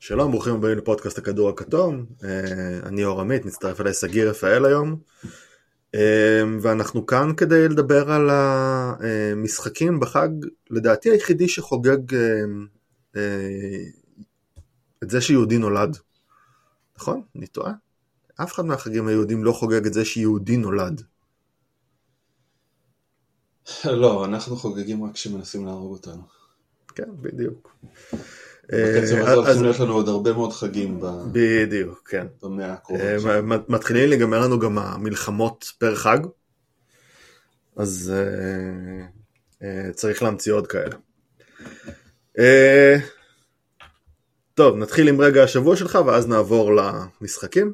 שלום, ברוכים הבאים לפודקאסט הכדור הכתום. אני אור עמית, מצטרף אליי סגיר רפאל היום. ואנחנו כאן כדי לדבר על המשחקים בחג, לדעתי היחידי שחוגג את זה שיהודי נולד. נכון? אני טועה? אף אחד מהחגים היהודים לא חוגג את זה שיהודי נולד. לא, אנחנו חוגגים רק שמנסים להרוג אותנו. כן, בדיוק. בקצב הזה הולכים להיות לנו עוד הרבה מאוד חגים בדיוק, כן. במאה הקרובה. מתחילים להיגמר לנו גם המלחמות פר חג, אז צריך להמציא עוד כאלה. טוב, נתחיל עם רגע השבוע שלך ואז נעבור למשחקים.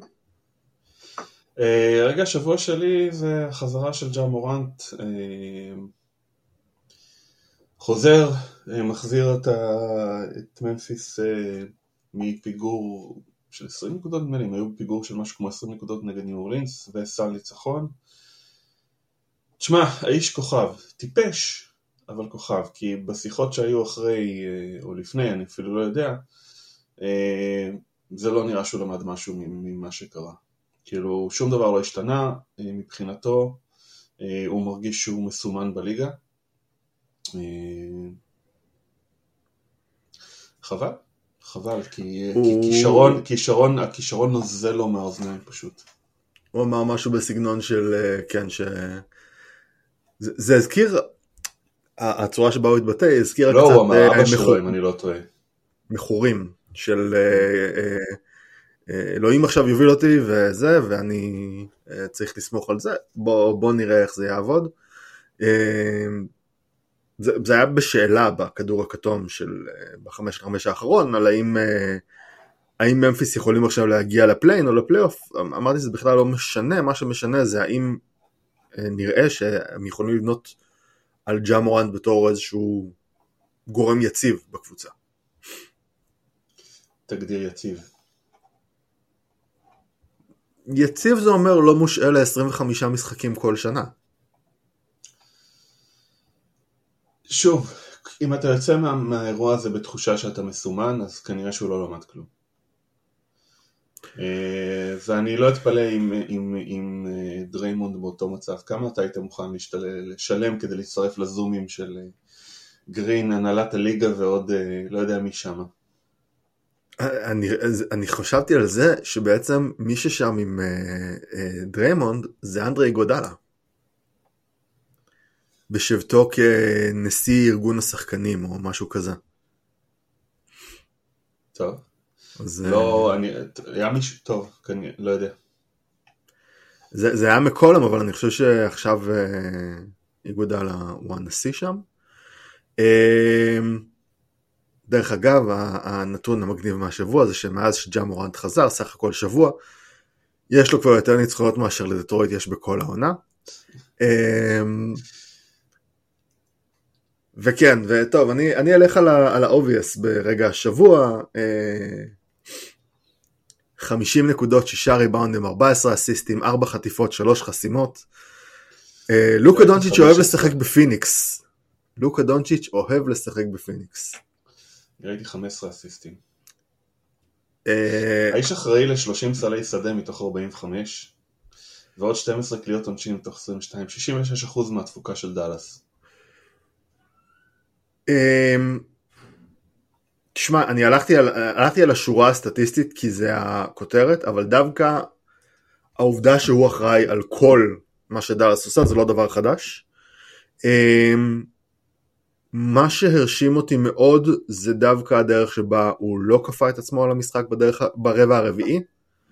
רגע השבוע שלי זה החזרה של ג'ה מורנט, חוזר, מחזיר את ממפיס מפיגור של 20 נקודות, הם היו פיגור של משהו כמו 20 נקודות נגד ניו אורלינס וסל ניצחון. תשמע, האיש כוכב, טיפש, אבל כוכב, כי בשיחות שהיו אחרי או לפני, אני אפילו לא יודע, זה לא נראה שהוא למד משהו ממה שקרה. כאילו, שום דבר לא השתנה, מבחינתו, הוא מרגיש שהוא מסומן בליגה. חבל, כי הכישרון נוזל לו מהאוזניים פשוט. הוא אמר משהו בסגנון של, כן, זה הזכיר, הצורה שבה הוא התבטא, הזכיר לא, הוא אמר אבא שלו, אם אני לא טועה. מחורים של אלוהים עכשיו יוביל אותי וזה, ואני צריך לסמוך על זה, בוא נראה איך זה יעבוד. זה היה בשאלה בכדור הכתום ב5-5 האחרון, על האם ממפיס יכולים עכשיו להגיע לפליין או לפלייאוף. אמרתי שזה בכלל לא משנה, מה שמשנה זה האם נראה שהם יכולים לבנות על ג'ה מורנט בתור איזשהו גורם יציב בקבוצה. תגדיר יציב. יציב זה אומר לא מושאל ל-25 משחקים כל שנה. שוב, אם אתה יוצא מהאירוע הזה בתחושה שאתה מסומן, אז כנראה שהוא לא למד כלום. ואני לא אתפלא עם דריימונד באותו מצב. כמה אתה היית מוכן לשלם כדי להצטרף לזומים של גרין, הנהלת הליגה ועוד לא יודע מי שמה? אני חשבתי על זה שבעצם מי ששם עם דריימונד זה אנדרי גודלה. בשבתו כנשיא ארגון השחקנים או משהו כזה. טוב. לא, היה מישהו טוב, לא יודע. זה היה מקולם, אבל אני חושב שעכשיו גודלה הוא הנשיא שם. דרך אגב, הנתון המגניב מהשבוע זה שמאז שג'ה מורנט חזר, סך הכל שבוע, יש לו כבר יותר ניצחונות מאשר לדטרויט יש בכל העונה. וכן, וטוב, אני אלך על ה-obvious ברגע השבוע, 50 נקודות, 6 ריבאונדים, 14 אסיסטים, 4 חטיפות, 3 חסימות. לוקה דונצ'יץ' אוהב לשחק בפיניקס. לוקה דונצ'יץ' אוהב לשחק בפיניקס. ראיתי 15 אסיסטים. האיש אחראי ל-30 סלי שדה מתוך 45, ועוד 12 קליעות עונשין מתוך 22, 66% מהתפוקה של דאלאס. תשמע, אני הלכתי על השורה הסטטיסטית כי זה הכותרת, אבל דווקא העובדה שהוא אחראי על כל מה שדאלאס עושה זה לא דבר חדש. מה שהרשים אותי מאוד זה דווקא הדרך שבה הוא לא כפה את עצמו על המשחק ברבע הרביעי.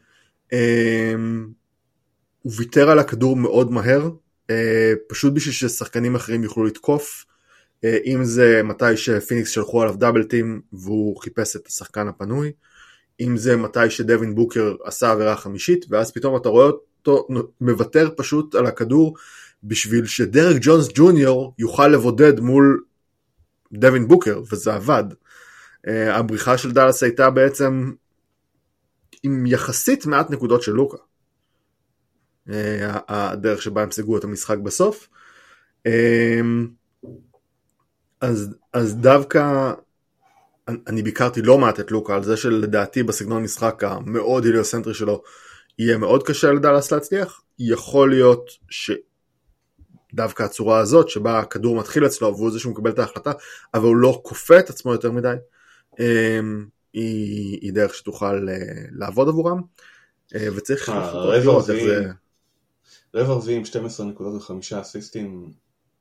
הוא ויתר על הכדור מאוד מהר, פשוט בשביל ששחקנים אחרים יוכלו לתקוף, אם זה מתי שפיניקס שלחו עליו דאבל טים והוא חיפש את השחקן הפנוי, אם זה מתי שדווין בוקר עשה עבירה חמישית, ואז פתאום אתה רואה אותו מוותר פשוט על הכדור, בשביל שדרק ג'ונס ג'וניור יוכל לבודד מול דווין בוקר, וזה עבד. הבריחה של דאלאס הייתה בעצם עם יחסית מעט נקודות של לוקה. הדרך שבה הם סגרו את המשחק בסוף. אז דווקא אני ביקרתי לא מעט את לוקה על זה שלדעתי בסגנון משחק המאוד היליוסנטרי שלו יהיה מאוד קשה לדאלאס להצליח. יכול להיות שדווקא הצורה הזאת שבה הכדור מתחיל אצלו והוא זה שהוא מקבל את ההחלטה אבל הוא לא כופה את עצמו יותר מדי, היא דרך שתוכל לעבוד עבורם, וצריך לראות איך זה. רבע רביעי עם 12 נקודות ו5 אסיסטים,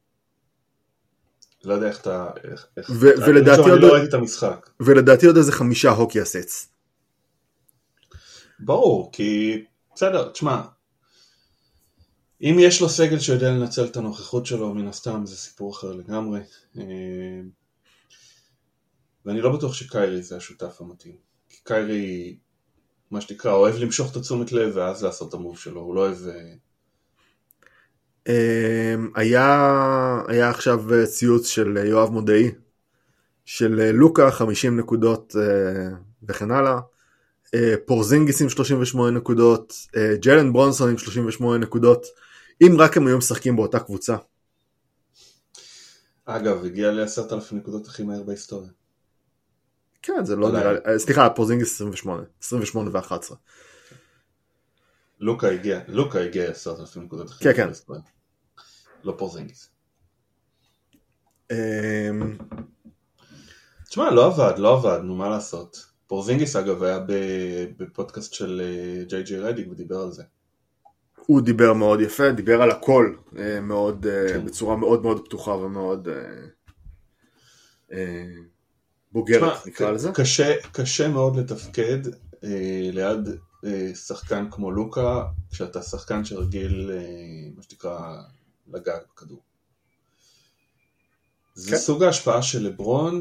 לא יודע איך אתה, אני לא ראיתי את המשחק. ולדעתי עוד איזה 5 הוקי אסץ. ברור, כי בסדר, תשמע, אם יש לו סגל שיודע לנצל את הנוכחות שלו, מן הסתם זה סיפור אחר לגמרי. ואני לא בטוח שקיירי זה השותף המתאים. כי קיירי, מה שתקרא, אוהב למשוך את התשומת לב ואז לעשות את המוב שלו, הוא לא אוהב... היה עכשיו ציוץ של יואב מודעי, של לוקה 50 נקודות וכן הלאה, פורזינגיס עם 38 נקודות, ג'לן ברונסון עם 38 נקודות, אם רק הם היו משחקים באותה קבוצה. אגב, הגיע ל10,000 נקודות הכי מהר בהיסטוריה. כן, זה לא נראה לי, סליחה, פורזינגיס 28 ו-11. לוקה הגיע 10,000 נקודות הכי מהר בהיסטוריה. לא פורזינגיס. תשמע, לא עבד, נו מה לעשות. פורזינגיס אגב היה בפודקאסט של ג'יי ג'יי רדיק ודיבר על זה. הוא דיבר מאוד יפה, דיבר על הכל, מאוד, בצורה מאוד מאוד פתוחה ומאוד בוגרת, נקרא לזה. קשה מאוד לתפקד ליד שחקן כמו לוקה, כשאתה שחקן שרגיל, מה שתקרא, לגעת בכדור. זה סוג ההשפעה של לברון,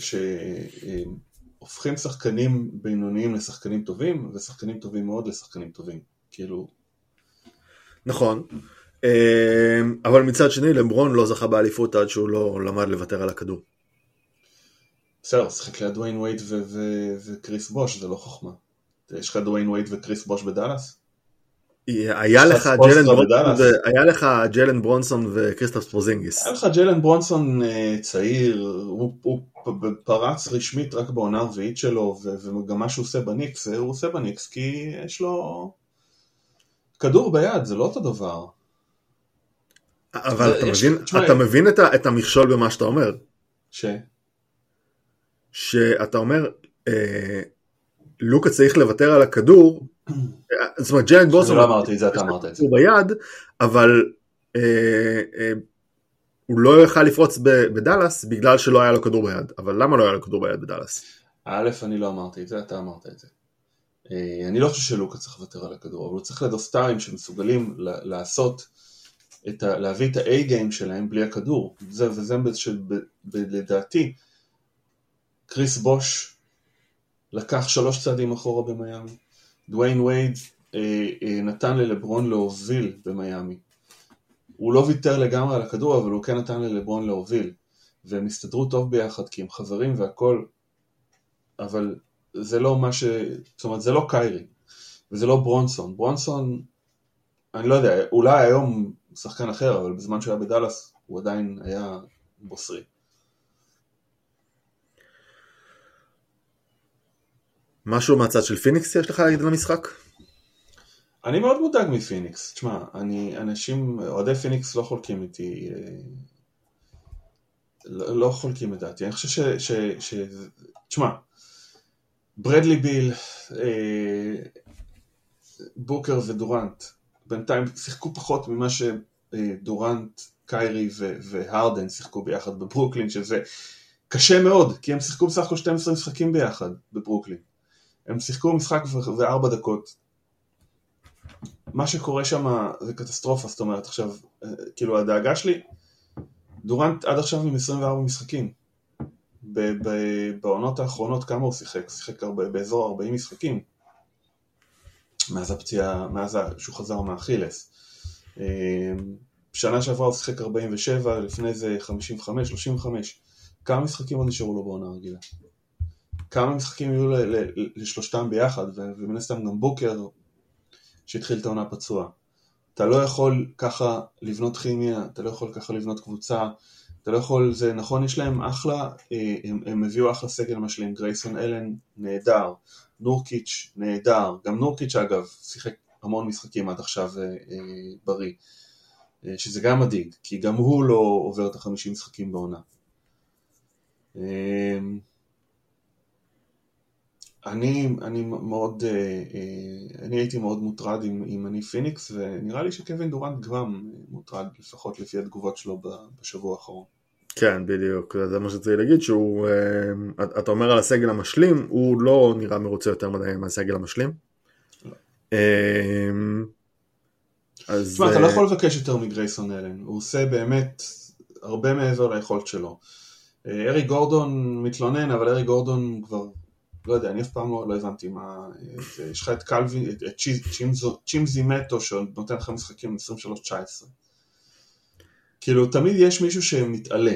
שהופכים שחקנים בינוניים לשחקנים טובים, ושחקנים טובים מאוד לשחקנים טובים. כאילו... נכון. אבל מצד שני, לברון לא זכה באליפות עד שהוא לא למד לוותר על הכדור. בסדר, שחק ליד דוויין וייד וקריס בוש, זה לא חוכמה. יש לך דוויין וייד וקריס בוש בדאלאס? היה לך ג'לן ברונסון וקריסטופס פורזינגיס. היה לך ג'לן ברונסון צעיר, הוא פרץ רשמית רק בעונה הרביעית שלו, וגם מה שהוא עושה בניקס, הוא עושה בניקס כי יש לו כדור ביד, זה לא אותו דבר. אבל אתה מבין את המכשול במה שאתה אומר. שאתה אומר, לוקה צריך לוותר על הכדור, זאת אומרת, ג'לן ברונסון לא אמרתי את זה, אתה אמרת את זה. הוא ביד, אבל הוא לא יוכל לפרוץ בדלס בגלל שלא היה לו כדור ביד. אבל למה לא היה לו כדור ביד בדלס? א', אני לא אמרתי את זה, אתה אמרת את זה. אני לא חושב שלוקה צריך לוותר על הכדור, אבל הוא צריך לדוסטרים שמסוגלים לעשות, להביא את ה-A-game שלהם בלי הכדור. וזה לדעתי, קריס בוש לקח 3 צעדים אחורה במיימי. דוויין וייד נתן ללברון להוביל במיימי. הוא לא ויתר לגמרי על הכדור, אבל הוא כן נתן ללברון להוביל. והם הסתדרו טוב ביחד, כי הם חברים והכל. אבל זה לא זאת אומרת, זה לא קיירי. וזה לא ברונסון. ברונסון, אני לא יודע, אולי היום שחקן אחר, אבל בזמן שהוא היה בדלס, הוא עדיין היה בוסרי. משהו מהצד של פיניקס יש לך להגיד על המשחק? אני מאוד מודאג מפיניקס. תשמע, אוהדי פיניקס לא חולקים איתי, לא חולקים את דעתי. אני חושב תשמע, ברדלי ביל, בוקר ודורנט, בינתיים שיחקו פחות ממה שדורנט, קיירי והרדן שיחקו ביחד בברוקלין, שזה קשה מאוד, כי הם שיחקו בסך הכל 12 משחקים ביחד בברוקלין. הם שיחקו משחק ו4 דקות. מה שקורה שם זה קטסטרופה, זאת אומרת, עכשיו, כאילו הדאגה שלי, דורנט עד עכשיו עם 24 משחקים. בעונות האחרונות כמה הוא שיחק? שיחק באזור 40 משחקים. מאז הפציעה, מאז שהוא חזר מהאכילס. שנה שעברה הוא שיחק 47, לפני זה 55, 35. כמה משחקים עוד נשארו לו בעונה רגילה? כמה משחקים יהיו לשלושתם ביחד, ומן הסתם גם בוקר שהתחיל את העונה פצוע. אתה לא יכול ככה לבנות כימיה, אתה לא יכול ככה לבנות קבוצה, אתה לא יכול, זה נכון, יש להם אחלה, הם הביאו אחלה סגל משלים, גרייסון אלן נהדר, נורקיץ' נהדר, גם נורקיץ' אגב שיחק המון משחקים עד עכשיו בריא, שזה גם מדאיג, כי גם הוא לא עובר את 50 משחקים בעונה. אני מאוד, אני הייתי מאוד מוטרד אם אני פיניקס, ונראה לי שקווין דורנט גם מוטרד, לפחות לפי התגובות שלו בשבוע האחרון. כן, בדיוק, זה מה שצריך להגיד, שהוא, אתה אומר על הסגל המשלים, הוא לא נראה מרוצה יותר מדי מהסגל המשלים. תשמע, אתה לא יכול לבקש יותר מגרייסון אלן, הוא עושה באמת הרבה מעבר ליכולת שלו. ארי גורדון מתלונן, אבל ארי גורדון כבר, לא יודע, אני אף פעם לא הבנתי מה, יש לך את קלווין, את צ'ימזי מטו, שנותן לך משחקים 23-19. כאילו, תמיד יש מישהו שמתעלה.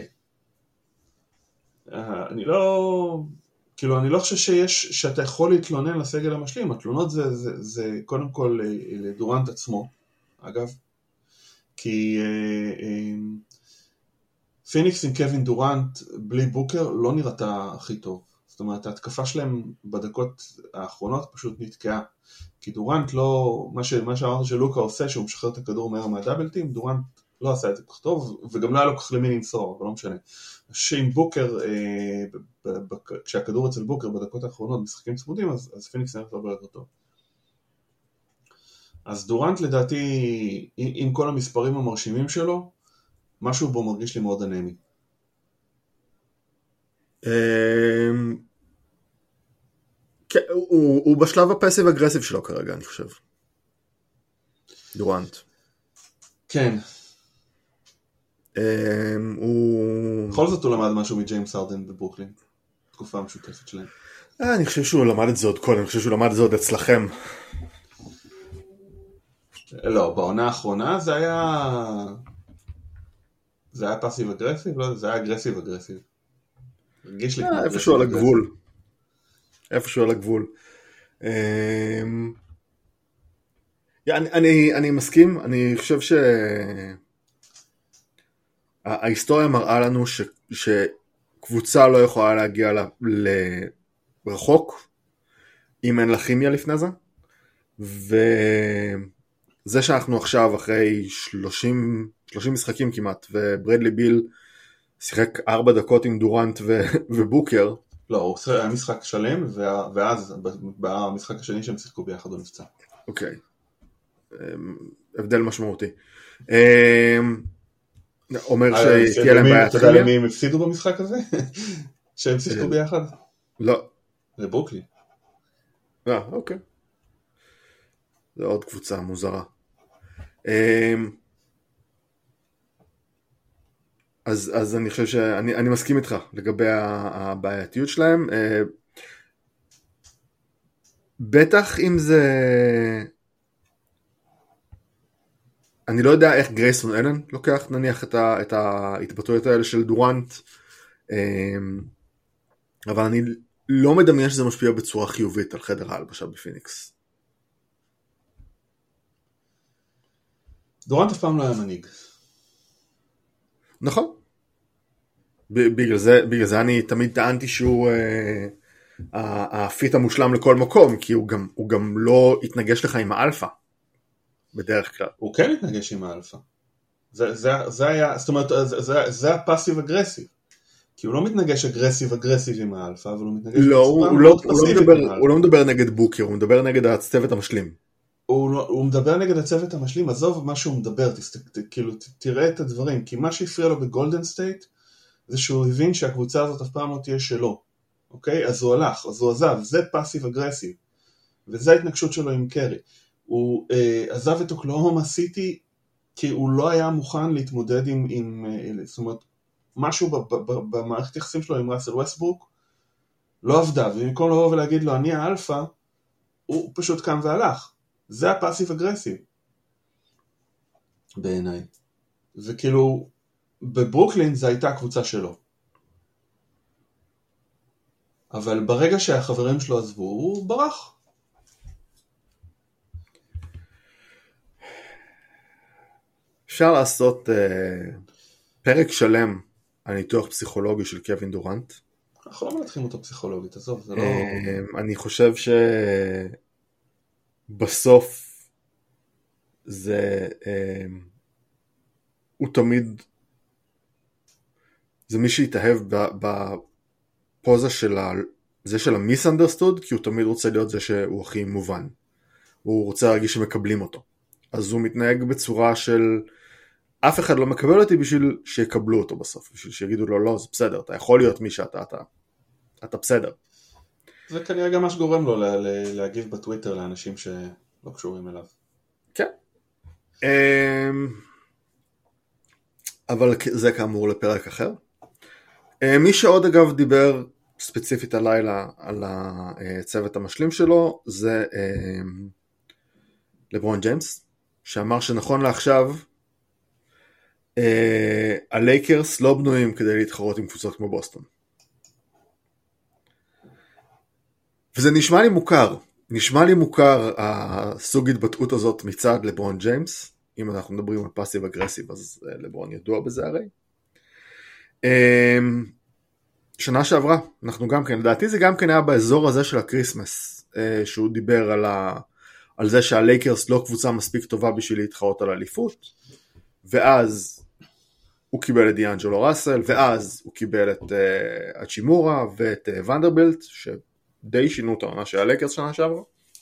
אני לא חושב שאתה יכול להתלונן לסגל המשלים, התלונות זה קודם כל לדורנט עצמו, אגב, כי פיניקס עם קווין דורנט בלי בוקר לא נראתה הכי טוב. זאת אומרת, ההתקפה שלהם בדקות האחרונות פשוט נתקעה. כי דורנט לא, מה שאמרת שלוקה עושה, שהוא משחרר את הכדור מהר מהדאבלטים, דורנט לא עשה את זה כך טוב, וגם לא היה לו כך למי למסור, אבל לא משנה. שעם בוקר, כשהכדור אצל בוקר בדקות האחרונות משחקים צמודים, אז פיניקס נראית הרבה יותר טוב. אז דורנט לדעתי, עם כל המספרים המרשימים שלו, משהו בו מרגיש לי מאוד אנמי. הוא בשלב הפסיב אגרסיב שלו כרגע, אני חושב. דורנט. כן. הוא... בכל זאת הוא למד משהו מג'יימס הרדן בברוקלין. תקופה המשותפת שלהם. אני חושב שהוא למד את זה עוד קודם, אני חושב שהוא למד את זה עוד אצלכם. לא, בעונה האחרונה זה היה פאסיב אגרסיב? לא, זה היה אגרסיב אגרסיב. הרגיש לי כמו אגרסיב. איפשהו על הגבול. איפשהו על הגבול. אני מסכים, אני חושב ההיסטוריה מראה לנו שקבוצה לא יכולה להגיע לרחוק אם אין לה כימיה לפני זה, וזה שאנחנו עכשיו אחרי 30 משחקים כמעט, וברדלי ביל שיחק 4 דקות עם דורנט ובוקר. לא, הוא היה משחק שלם, ואז במשחק השני שהם שיחקו ביחד הוא נפצע. אוקיי, הבדל משמעותי. אומר שתהיה להם בעיית כימיה. אתה יודע למי הם הפסידו במשחק הזה? שהם שיחקו ביחד? לא. לברוקלין. אוקיי. זה עוד קבוצה מוזרה. אז אני חושב שאני מסכים איתך לגבי הבעייתיות שלהם. בטח אם זה... אני לא יודע איך גרייסון אלן לוקח נניח את ההתבטאויות האלה של דורנט, אבל אני לא מדמיין שזה משפיע בצורה חיובית על חדר ההלבשה בפיניקס. דורנט אף פעם לא היה מנהיג. נכון. בגלל זה אני תמיד טענתי שהוא הפיט המושלם לכל מקום, כי הוא גם לא התנגש לך עם האלפא. בדרך כלל. הוא כן התנגש עם האלפא. זה היה, זאת אומרת, זה הפאסיב אגרסיב. כי הוא לא מתנגש אגרסיב עם האלפא, אבל הוא מתנגש לא, הוא לא מדבר נגד בוקר, הוא מדבר נגד הצוות המשלים. הוא מדבר נגד הצוות המשלים, עזוב מה שהוא מדבר, כאילו תראה את הדברים, כי מה שהפריע לו בגולדן סטייט, זה שהוא הבין שהקבוצה הזאת אף פעם לא תהיה שלו. אוקיי? אז הוא הלך, אז הוא עזב, זה פאסיב אגרסיב. וזה ההתנגשות שלו עם קרי. הוא עזב את אוקלהומה סיטי כי הוא לא היה מוכן להתמודד עם זאת אומרת, משהו במערכת יחסים שלו עם ראסל ווסטברוק לא עבדה, ובמקום לבוא ולהגיד לו אני האלפא, הוא פשוט קם והלך. זה הפאסיב אגרסיב בעיניי. וכאילו בברוקלין זה הייתה קבוצה שלו. אבל ברגע שהחברים שלו עזבו, הוא ברח. אפשר לעשות פרק שלם הניתוח פסיכולוגי של קווין דורנט. אנחנו לא מנתחים אותו פסיכולוגית, עזוב, זה לא... אני חושב שבסוף זה הוא תמיד זה מי שהתאהב בפוזה של זה של המיסאנדרסטוד, כי הוא תמיד רוצה להיות זה שהוא הכי מובן, הוא רוצה להרגיש שמקבלים אותו, אז הוא מתנהג בצורה של אף אחד לא מקבל אותי בשביל שיקבלו אותו בסוף, בשביל שיגידו לו לא, זה בסדר, אתה יכול להיות מי שאתה, אתה בסדר. זה כנראה גם מה שגורם לו להגיב בטוויטר לאנשים שלא קשורים אליו. כן. אבל זה כאמור לפרק אחר. מי שעוד אגב דיבר ספציפית הלילה על הצוות המשלים שלו, זה לברון ג'יימס, שאמר שנכון לעכשיו, הלייקרס לא בנויים כדי להתחרות עם קבוצות כמו בוסטון. וזה נשמע לי מוכר הסוג התבטאות הזאת מצד לברון ג'יימס, אם אנחנו מדברים על פאסיב אגרסיב, אז לברון ידוע בזה הרי. שנה שעברה, אנחנו גם כן, לדעתי זה גם כן היה באזור הזה של הקריסמס, שהוא דיבר על זה שהלייקרס לא קבוצה מספיק טובה בשביל להתחרות על אליפות, ואז הוא קיבל את דיאנג'לו ראסל, ואז הוא קיבל את הצ'ימורה ואת ונדרבילט, שדי שינו את העונה של הלייקרס שנה שעברה.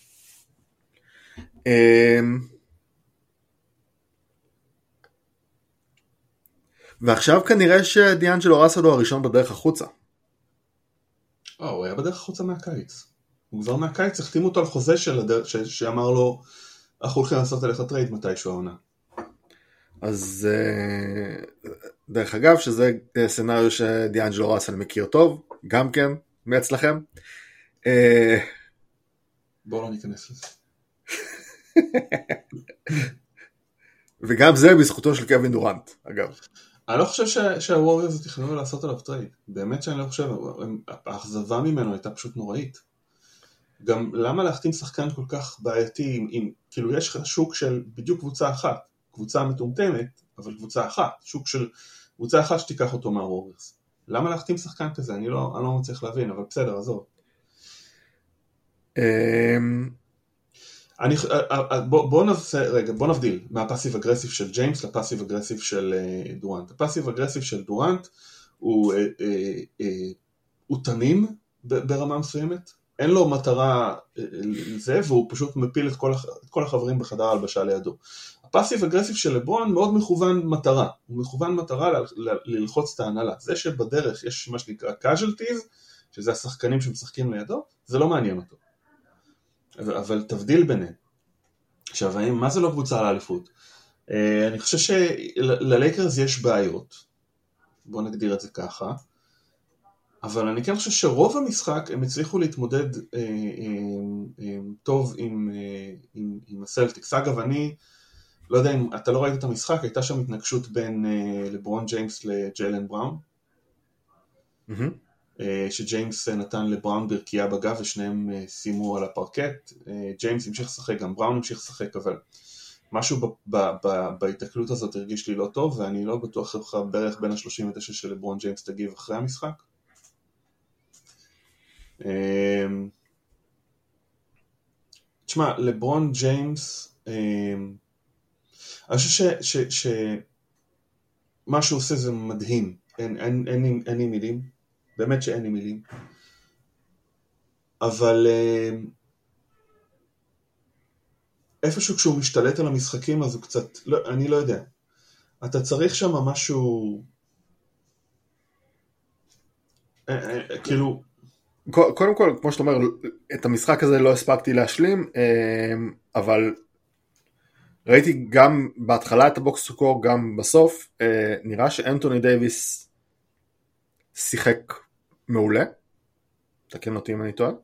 ועכשיו כנראה שדיאנג'לו ראסל הוא הראשון בדרך החוצה. הוא היה בדרך החוצה מהקיץ. הוא כבר מהקיץ, החתימו אותו על חוזה שאמר לו, אנחנו הולכים לעשות עליך טרייד מתישהו העונה. אז דרך אגב, שזה סנריו שדיאנג'לו ראסל מכיר טוב, גם כן, מאצלכם. בואו לא ניכנס לזה. וגם זה בזכותו של קווין דורנט, אגב. אני לא חושב שהווריורס תכננו לעשות עליו טרייד. באמת שאני לא חושב, האכזבה ממנו הייתה פשוט נוראית. גם למה להחתים שחקן כל כך בעייתי, כאילו יש שוק של בדיוק קבוצה אחת, קבוצה מטומטמת, אבל קבוצה אחת, שוק של קבוצה אחת שתיקח אותו מהווריורס. למה להחתים שחקן כזה? אני לא מצליח להבין, אבל בסדר, עזוב. בוא נבדיל מהפאסיב אגרסיב של ג'יימס לפאסיב אגרסיב של דורנט. הפאסיב אגרסיב של דורנט הוא תמים ברמה מסוימת, אין לו מטרה לזה, והוא פשוט מפיל את כל החברים בחדר ההלבשה לידו. הפאסיב אגרסיב של לברון מאוד מכוון מטרה, הוא מכוון מטרה ללחוץ את ההנהלה. זה שבדרך יש מה שנקרא casualties, שזה השחקנים שמשחקים לידו, זה לא מעניין אותו. אבל תבדיל ביניהם. עכשיו, מה זה לא קבוצה על האליפות? אני חושב שללייקרס יש בעיות, בואו נגדיר את זה ככה, אבל אני כן חושב שרוב המשחק הם הצליחו להתמודד טוב עם הסלטיקס. אגב, אני לא יודע אם אתה לא ראית את המשחק, הייתה שם התנגשות בין לברון ג'יימס לג'יילן בראון, שג'יימס נתן לבראון ברקיעה בגב ושניהם שימו על הפרקט. ג'יימס המשיך לשחק, גם בראון המשיך לשחק, אבל משהו בהתקלות הזאת הרגיש לי לא טוב, ואני לא בטוח איך בערך בין ה-39 של לברון ג'יימס תגיב אחרי המשחק. תשמע, לברון ג'יימס, אני חושב שמה שהוא עושה זה מדהים, אין לי מילים, באמת שאין לי מילים, אבל איפשהו כשהוא משתלט על המשחקים אז הוא קצת, אני לא יודע, אתה צריך שם משהו, כאילו, קודם כל, כמו שאתה אומר, את המשחק הזה לא הספקתי להשלים, אבל ראיתי גם בהתחלה את הבוקס סקור, גם בסוף, נראה שאנטוני דייביס שיחק מעולה, תקן אותי אם אני טועה.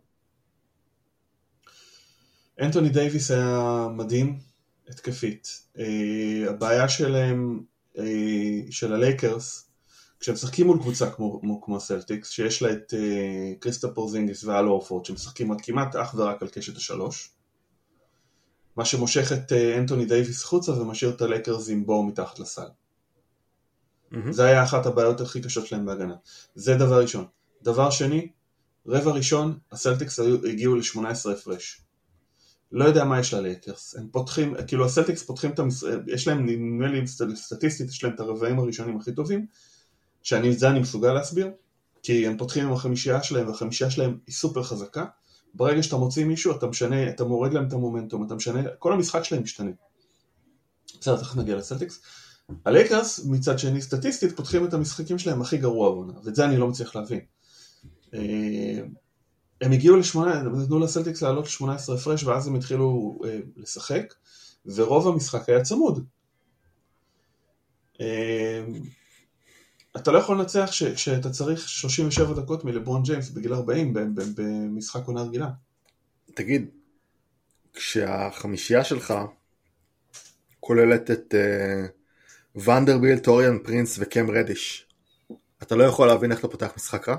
אנטוני דייביס היה מדהים, התקפית. הבעיה שלהם, של הלייקרס, כשהם משחקים מול קבוצה כמו הסלטיקס, שיש לה את קריסטופ פורזינגיס ואל הורפורד, שמשחקים כמעט אך ורק על קשת השלוש, מה שמושך את אנטוני דייביס חוצה ומשאיר את הלייקרס עם בור מתחת לסל. זה היה אחת הבעיות הכי קשות שלהם בהגנה. זה דבר ראשון. דבר שני, רבע ראשון, הסלטיקס הגיעו ל-18 הפרש. לא יודע מה יש ללייקרס. הם פותחים, כאילו הסלטיקס פותחים את יש להם, נדמה לי סטטיסטית, יש להם את הרבעים הראשונים הכי טובים, זה אני מסוגל להסביר, כי הם פותחים עם החמישייה שלהם, והחמישייה שלהם היא סופר חזקה. ברגע שאתה מוציא מישהו, אתה משנה, אתה מוריד להם את המומנטום, אתה משנה, כל המשחק שלהם משתנה. בסדר, תכף נגיע לסלטיקס. הלייקרס, מצד שני, סטטיסטית, פותחים את המשחקים שלהם הכי גרוע בעונה, ואת זה אני לא מצליח להבין. הם הגיעו נתנו לסלטיקס לעלות 18 הפרש, ואז הם התחילו לשחק, ורוב המשחק היה צמוד. אתה לא יכול לנצח שאתה צריך 37 דקות מלברון ג'יימס בגיל 40 במשחק עונה רגילה. תגיד, כשהחמישייה שלך כוללת את ונדרבילט, אוריאן פרינס וקם רדיש, אתה לא יכול להבין איך אתה פותח משחק רע?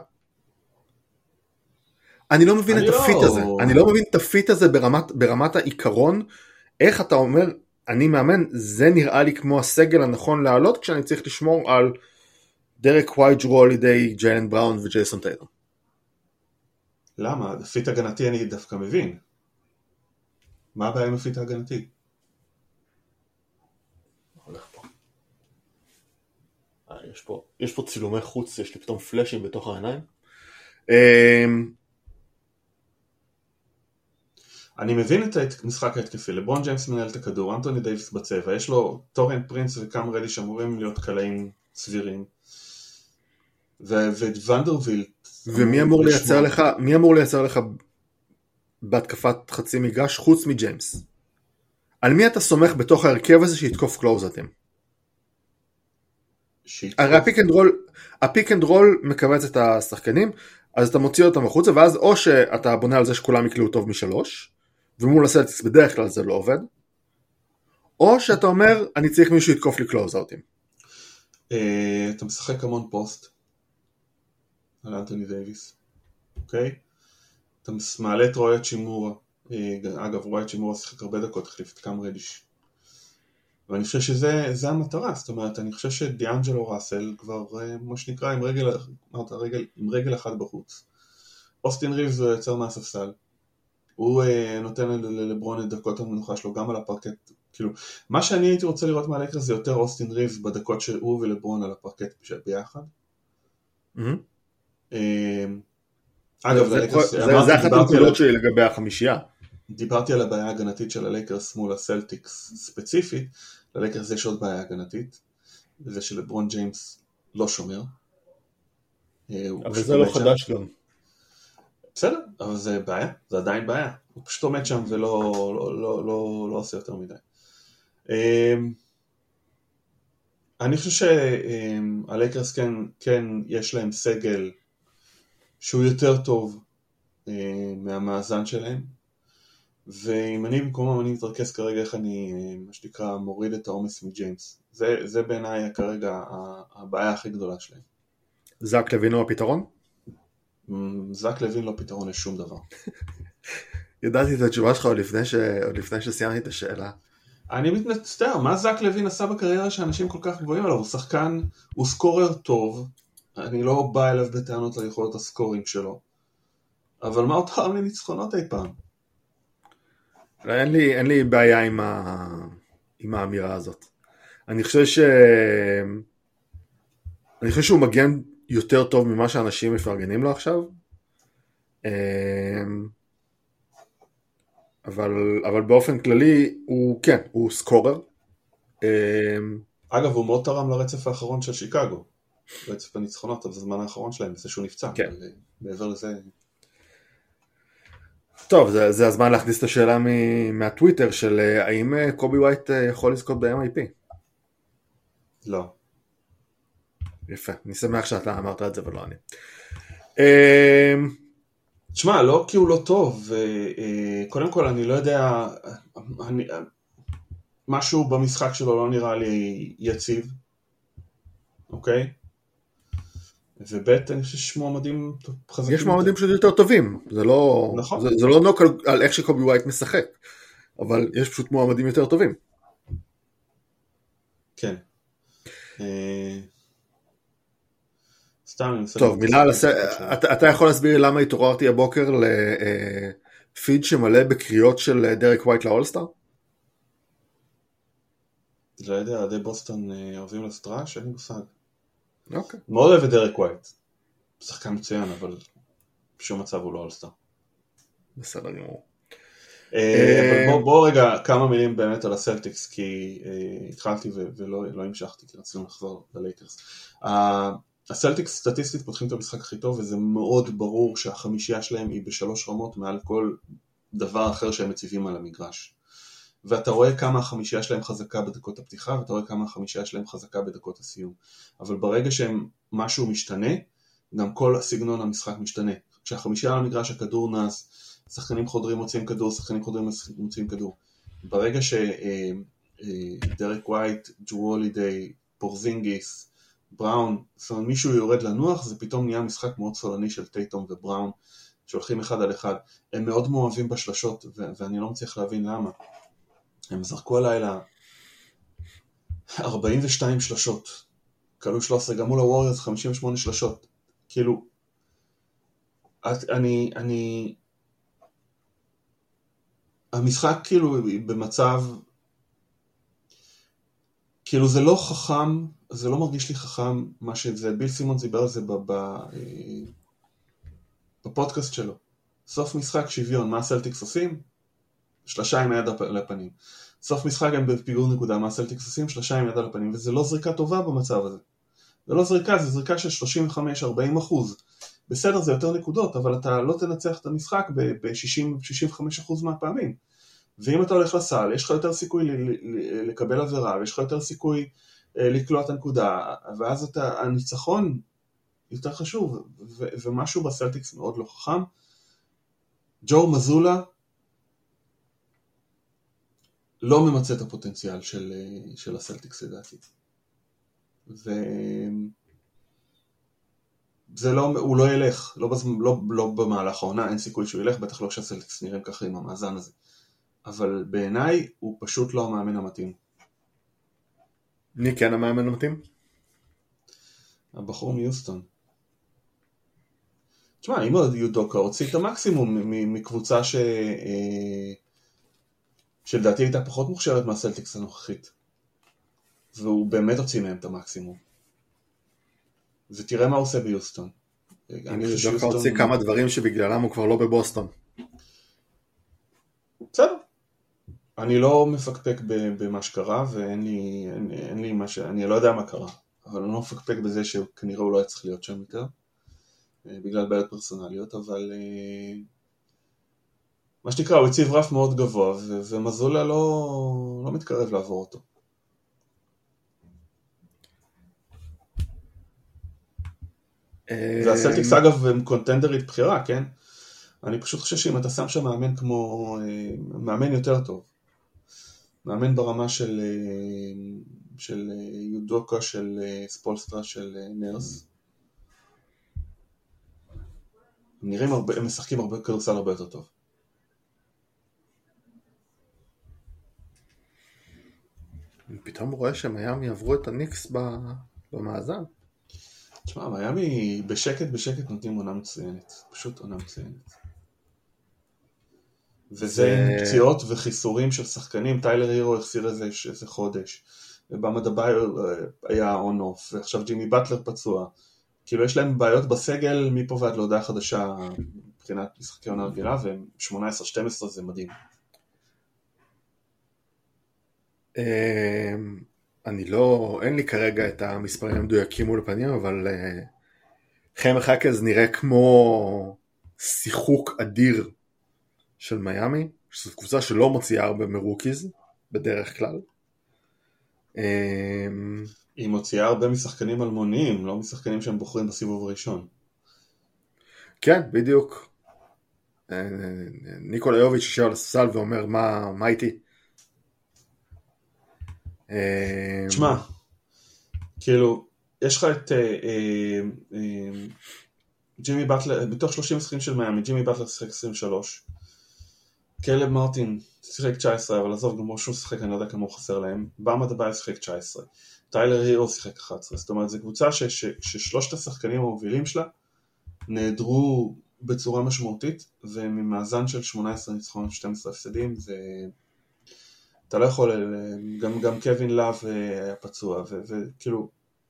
אני לא מבין את הפיט הזה. אני לא מבין את הפיט הזה ברמת העיקרון. איך אתה אומר, אני מאמן, זה נראה לי כמו הסגל הנכון לעלות, כשאני צריך לשמור על דרק ווייט, ג'רו הולידיי, ג'יילן בראון וג'ייסון טייטום. למה? פיט הגנתי אני דווקא מבין. מה הבעיה עם הפיט ההגנתי? הולך פה. יש פה צילומי חוץ, יש לי פתאום פלאשים בתוך העיניים. אני מבין את המשחק ההתקפי, לברון ג'יימס מנהל את הכדור, אנטוני דייביס בצבע, יש לו טוריאן פרינס וקאם רדיש אמורים להיות קלעים סבירים, וונדרבילט. ומי אמור לייצר לך בהתקפת חצי מגרש חוץ מג'יימס? על מי אתה סומך בתוך ההרכב הזה שיתקוף קלוזאטים? הרי הפיק אנד רול מקבץ את השחקנים, אז אתה מוציא אותם החוצה, ואז או שאתה בונה על זה שכולם יקלעו טוב משלוש, ומול הסלטיקס בדרך כלל זה לא עובד, או שאתה אומר, אני צריך מישהו יתקוף לי קלוזאוטים. אתה משחק המון פוסט על אנטוני דייביס, אוקיי? אתה מעלה את רויית שימורה, אגב רויית שימורה שיחק הרבה דקות, החליף את קאם רדיש, ואני חושב שזה המטרה, זאת אומרת, אני חושב שדיאנג'לו ראסל כבר, מה שנקרא, עם רגל אחד בחוץ. אוסטין ריבס הוא יוצר מהספסל, הוא נותן לברון את דקות המנוחה שלו גם על הפרקט, כאילו, מה שאני הייתי רוצה לראות מהלייקרס זה יותר אוסטין ריבס בדקות שהוא ולברון על הפרקט ביחד. אגב, זה אחת הנקודות שלי לגבי החמישייה. דיברתי על הבעיה ההגנתית של הלייקרס מול הסלטיקס ספציפית, ללייקרס יש עוד בעיה הגנתית, וזה שלברון ג'יימס לא שומר. אבל זה לא חדש גם. בסדר, אבל זה בעיה, זה עדיין בעיה. הוא פשוט עומד שם ולא עושה יותר מדי. אני חושב שהלייקרס כן יש להם סגל שהוא יותר טוב מהמאזן שלהם, ואם אני במקומם אני מתרכז כרגע איך אני, מה שנקרא, מוריד את העומס מג'יימס. זה בעיניי כרגע הבעיה הכי גדולה שלהם. זק לוין הוא הפתרון? זק לוין לא פתרון לשום דבר. ידעתי את התשובה שלך עוד לפני שסיימתי את השאלה. אני מתנצל, מה זק לוין עשה בקריירה שאנשים כל כך גבוהים עליו? הוא שחקן, הוא סקורר טוב, אני לא בא אליו בטענות על יכולת הסקורינג שלו, אבל מה הוא תרם לי ניצחונות אי פעם? אין לי בעיה עם האמירה הזאת. אני חושב שהוא מגן יותר טוב ממה שאנשים מפרגנים לו עכשיו. אבל באופן כללי הוא סקורר. אגב, הוא מאוד תרם לרצף האחרון של שיקגו. רצף הניצחונות, אבל זה הזמן האחרון שלהם, זה שהוא נפצע. כן. מעבר לזה... טוב, זה הזמן להכניס את השאלה מהטוויטר של האם קובי ווייט יכול לזכות ב-MIP? לא. יפה, אני שמח שאתה אמרת את זה ולא אני. תשמע, לא כי הוא לא טוב, קודם כל אני לא יודע, משהו במשחק שלו לא נראה לי יציב, אוקיי? ובית אני חושב שיש מועמדים חזקים. יש מועמדים פשוט יותר טובים, זה לא, נכון. זה לא נוק על איך שקובי ווייט משחק, אבל יש פשוט מועמדים יותר טובים. כן. סתם. טוב, מילה על אתה יכול להסביר למה התעוררתי הבוקר לפיד שמלא בקריאות של דרק ווייט לאולסטאר? לא יודע, עדי בוסטון אוהבים לסטראש, אין לי מושג. אוקיי. מאוד אוהב את דרק ווייט. שחקן מצוין, אבל בשום מצב הוא לא אולסטאר. בסדר גמור. אבל בוא רגע כמה מילים באמת על הסלטיקס, כי התחלתי ולא המשכתי, כי רצינו לחזור ללייקרס. הסלטיקס סטטיסטית פותחים את המשחק הכי טוב, וזה מאוד ברור שהחמישייה שלהם היא בשלוש רמות מעל כל דבר אחר שהם מציבים על המגרש. ואתה רואה כמה החמישייה שלהם חזקה בדקות הפתיחה, ואתה רואה כמה החמישייה שלהם חזקה בדקות הסיום. אבל ברגע שמשהו משתנה, גם כל סגנון המשחק משתנה. כשהחמישייה על המגרש, הכדור נס, שחקנים חודרים מוצאים כדור, שחקנים חודרים מוצאים כדור. ברגע שדרק ווייט, ג'רו הולידיי, פורזינגיס, בראון, זאת אומרת מישהו יורד לנוח, זה פתאום נהיה משחק מאוד סולני של טייטום ובראון, שהולכים אחד על אחד. הם מאוד מאוהבים בשלשות, ואני לא מצליח להבין למה. הם זרקו הלילה 42 שלשות, קלו 13, גם מול הווריורס 58 שלשות. כאילו, המשחק כאילו במצב, כאילו זה לא חכם, זה לא מרגיש לי חכם, מה שזה, ביל סימונס דיבר על זה בפודקאסט שלו. סוף משחק שוויון, מה הסלטיקס עושים? שלושה עם יד על הפנים. סוף משחק הם בפיגור נקודה, מה הסלטיקס עושים? שלושה עם יד על הפנים, וזה לא זריקה טובה במצב הזה. זה לא זריקה, זה זריקה של 35-40%. בסדר, זה יותר נקודות, אבל אתה לא תנצח את המשחק ב-60-65% מהפעמים. ואם אתה הולך לסל, יש לך יותר סיכוי לקבל עבירה, ויש לך יותר סיכוי לקלוע את הנקודה, ואז הניצחון יותר חשוב, ומשהו בסלטיקס מאוד לא חכם. ג'ו מזולה לא ממצא את הפוטנציאל של הסלטיקס לדעתי. זה לא, הוא לא ילך, לא במהלך העונה, אין סיכוי שהוא ילך, בטח לא שהסלטיקס נראים ככה עם המאזן הזה. אבל בעיניי הוא פשוט לא המאמן המתאים. מי כן המאמן המתאים? הבחור מיוסטון. תשמע, אם עוד יודוקה הוציא את המקסימום מקבוצה שלדעתי הייתה פחות מוכשרת מהסלטיקס הנוכחית. והוא באמת הוציא מהם את המקסימום. ותראה מה הוא עושה ביוסטון. יודוקה הוציא כמה דברים שבגללם הוא כבר לא בבוסטון. בסדר. אני לא מפקפק במה שקרה, ואין לי מה אני לא יודע מה קרה, אבל אני לא מפקפק בזה שכנראה הוא לא היה צריך להיות שם יותר, בגלל בעיות פרסונליות, אבל מה שנקרא, הוא הציב רף מאוד גבוה, ומזולה לא מתקרב לעבור אותו. והסלטיקס אגב הם קונטנדרית בחירה, כן? אני פשוט חושב שאם אתה שם שם מאמן כמו, מאמן יותר טוב, מאמן ברמה של יודוקה, של ספולסטרה, של נרס, הם נראים הרבה, הם משחקים הרבה כדורסל הרבה יותר טוב. אני פתאום רואה שמיימי עברו את הניקס במאזן. תשמע, מיימי בשקט נותנים עונה מצוינת, פשוט עונה מצוינת. וזה עם פציעות וחיסורים של שחקנים, טיילר הירו החסיר איזה חודש, ובאמה דבייר היה און-אוף, ועכשיו ג'ימי באטלר פצוע. כאילו יש להם בעיות בסגל מפה ועד להודעה חדשה מבחינת משחקי עונה רגילה, והם 18-12 זה מדהים. אין לי כרגע את המספרים המדויקים מול הפנים, אבל חמר חקז נראה כמו שיחוק אדיר של מיימי, שזו קבוצה שלא מוציאה הרבה מרוקיז, בדרך כלל. היא מוציאה הרבה משחקנים אלמוניים, לא משחקנים שהם בוחרים בסיבוב הראשון. כן, בדיוק. ניקולה יוביץ' יושב על הספסל ואומר, מה איתי? תשמע, כאילו, יש לך את ג'ימי באטלר, בתוך 30 משחקים של מיימי, ג'ימי באטלר שיחק 23, קלב מרטין שיחק 19, אבל עזוב, גם שהוא שיחק, אני לא יודע כמה הוא חסר להם, באמה דבייר שיחק 19, טיילר הירו שיחק 11, זאת אומרת, זו קבוצה ששלושת השחקנים המובילים שלה נעדרו בצורה משמעותית, וממאזן של 18 ניצחונות 12 הפסדים, אתה לא יכול, גם קווין לאב היה פצוע, וכאילו,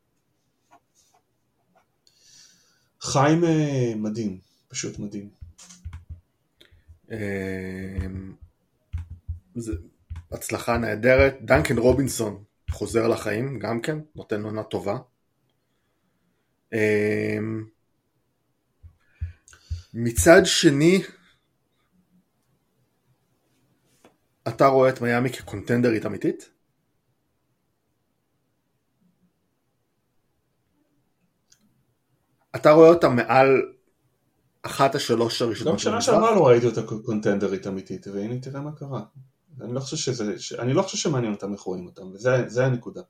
חיים מדהים, פשוט מדהים. זה הצלחה נהדרת. דנקן רובינסון חוזר לחיים, גם כן, נותן עונה טובה. מצד שני, אתה רואה את מיאמי כקונטנדרית אמיתית? אתה רואה אותה מעל אחת השלוש הראשונות? גם שנה שעברה לא ראיתי אותה קונטנדרית אמיתית, והנה תראה מה קרה. אני לא חושב שמעניין אותם איך רואים אותם, וזה הנקודה.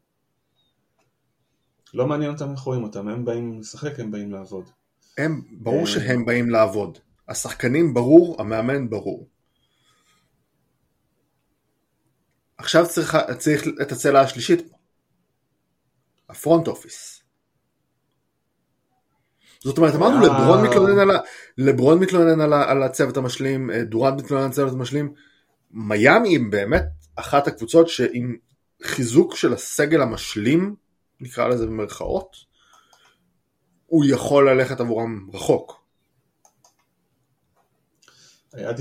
לא מעניין אותם איך רואים אותם, הם באים לשחק, הם באים לעבוד. ברור שהם באים לעבוד. השחקנים ברור, המאמן ברור. עכשיו צריך את הצלע השלישית. הפרונט אופיס. זאת אומרת, אמרנו, לברון מתלונן על הצוות המשלים, דורנט מתלונן על הצוות המשלים. מיאמי היא באמת אחת הקבוצות שעם חיזוק של הסגל המשלים, נקרא לזה במרכאות, הוא יכול ללכת עבורם רחוק. היה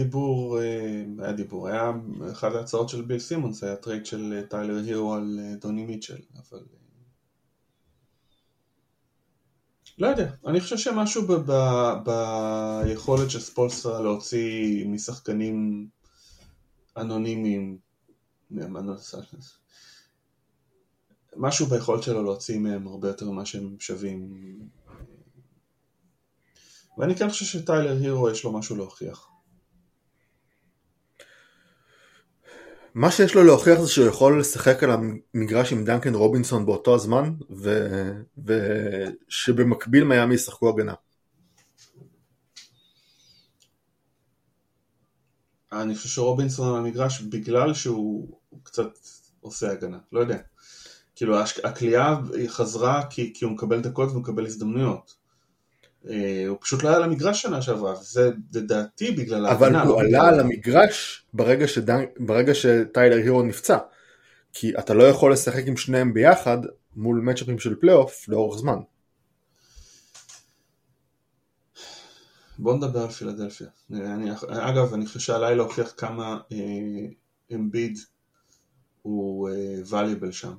אחד ההצעות של ביל סימונס, היה טרייד של טיילר הירו על דוני מיטשל, אבל לא יודע, אני חושב שמשהו ביכולת של ספולסטרה להוציא משחקנים אנונימיים, משהו ביכולת שלו להוציא מהם הרבה יותר ממה שהם שווים, ואני כן חושב שטיילר הירו יש לו משהו להוכיח. מה שיש לו להוכיח זה שהוא יכול לשחק על המגרש עם דנקן רובינסון באותו הזמן, ושבמקביל מיאמי ישחקו הגנה. אני חושב שרובינסון על המגרש בגלל שהוא קצת עושה הגנה, לא יודע. כאילו הקליעה חזרה כי הוא מקבל דקות ומקבל הזדמנויות. הוא פשוט לא היה על המגרש שנה שעברה, וזה לדעתי בגלל ההגנה. אבל הוא עלה על המגרש ברגע שטיילר הירו נפצע, כי אתה לא יכול לשחק עם שניהם ביחד מול מצ'אפים של פלייאוף לאורך זמן. בוא נדבר על פילדלפיה. אגב, אני חושב שעליי להוכיח כמה אמביד הוא valuable שם.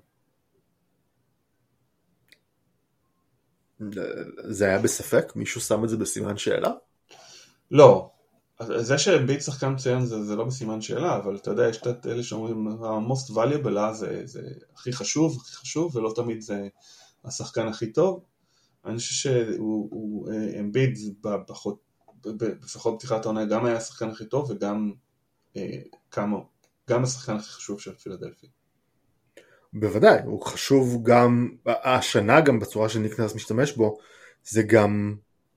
זה היה בספק? מישהו שם את זה בסימן שאלה? לא. זה שאמביד שחקן מצוין זה לא בסימן שאלה, אבל אתה יודע, יש את אלה שאומרים, ה-most valuable זה הכי חשוב, ולא תמיד זה השחקן הכי טוב. אני חושב שהוא אמביד לפחות פתיחת העונה גם היה השחקן הכי טוב, וגם גם השחקן הכי חשוב של פילדלפיה. בוודאי, הוא חשוב גם, השנה גם בצורה שניקנס משתמש בו, זה גם,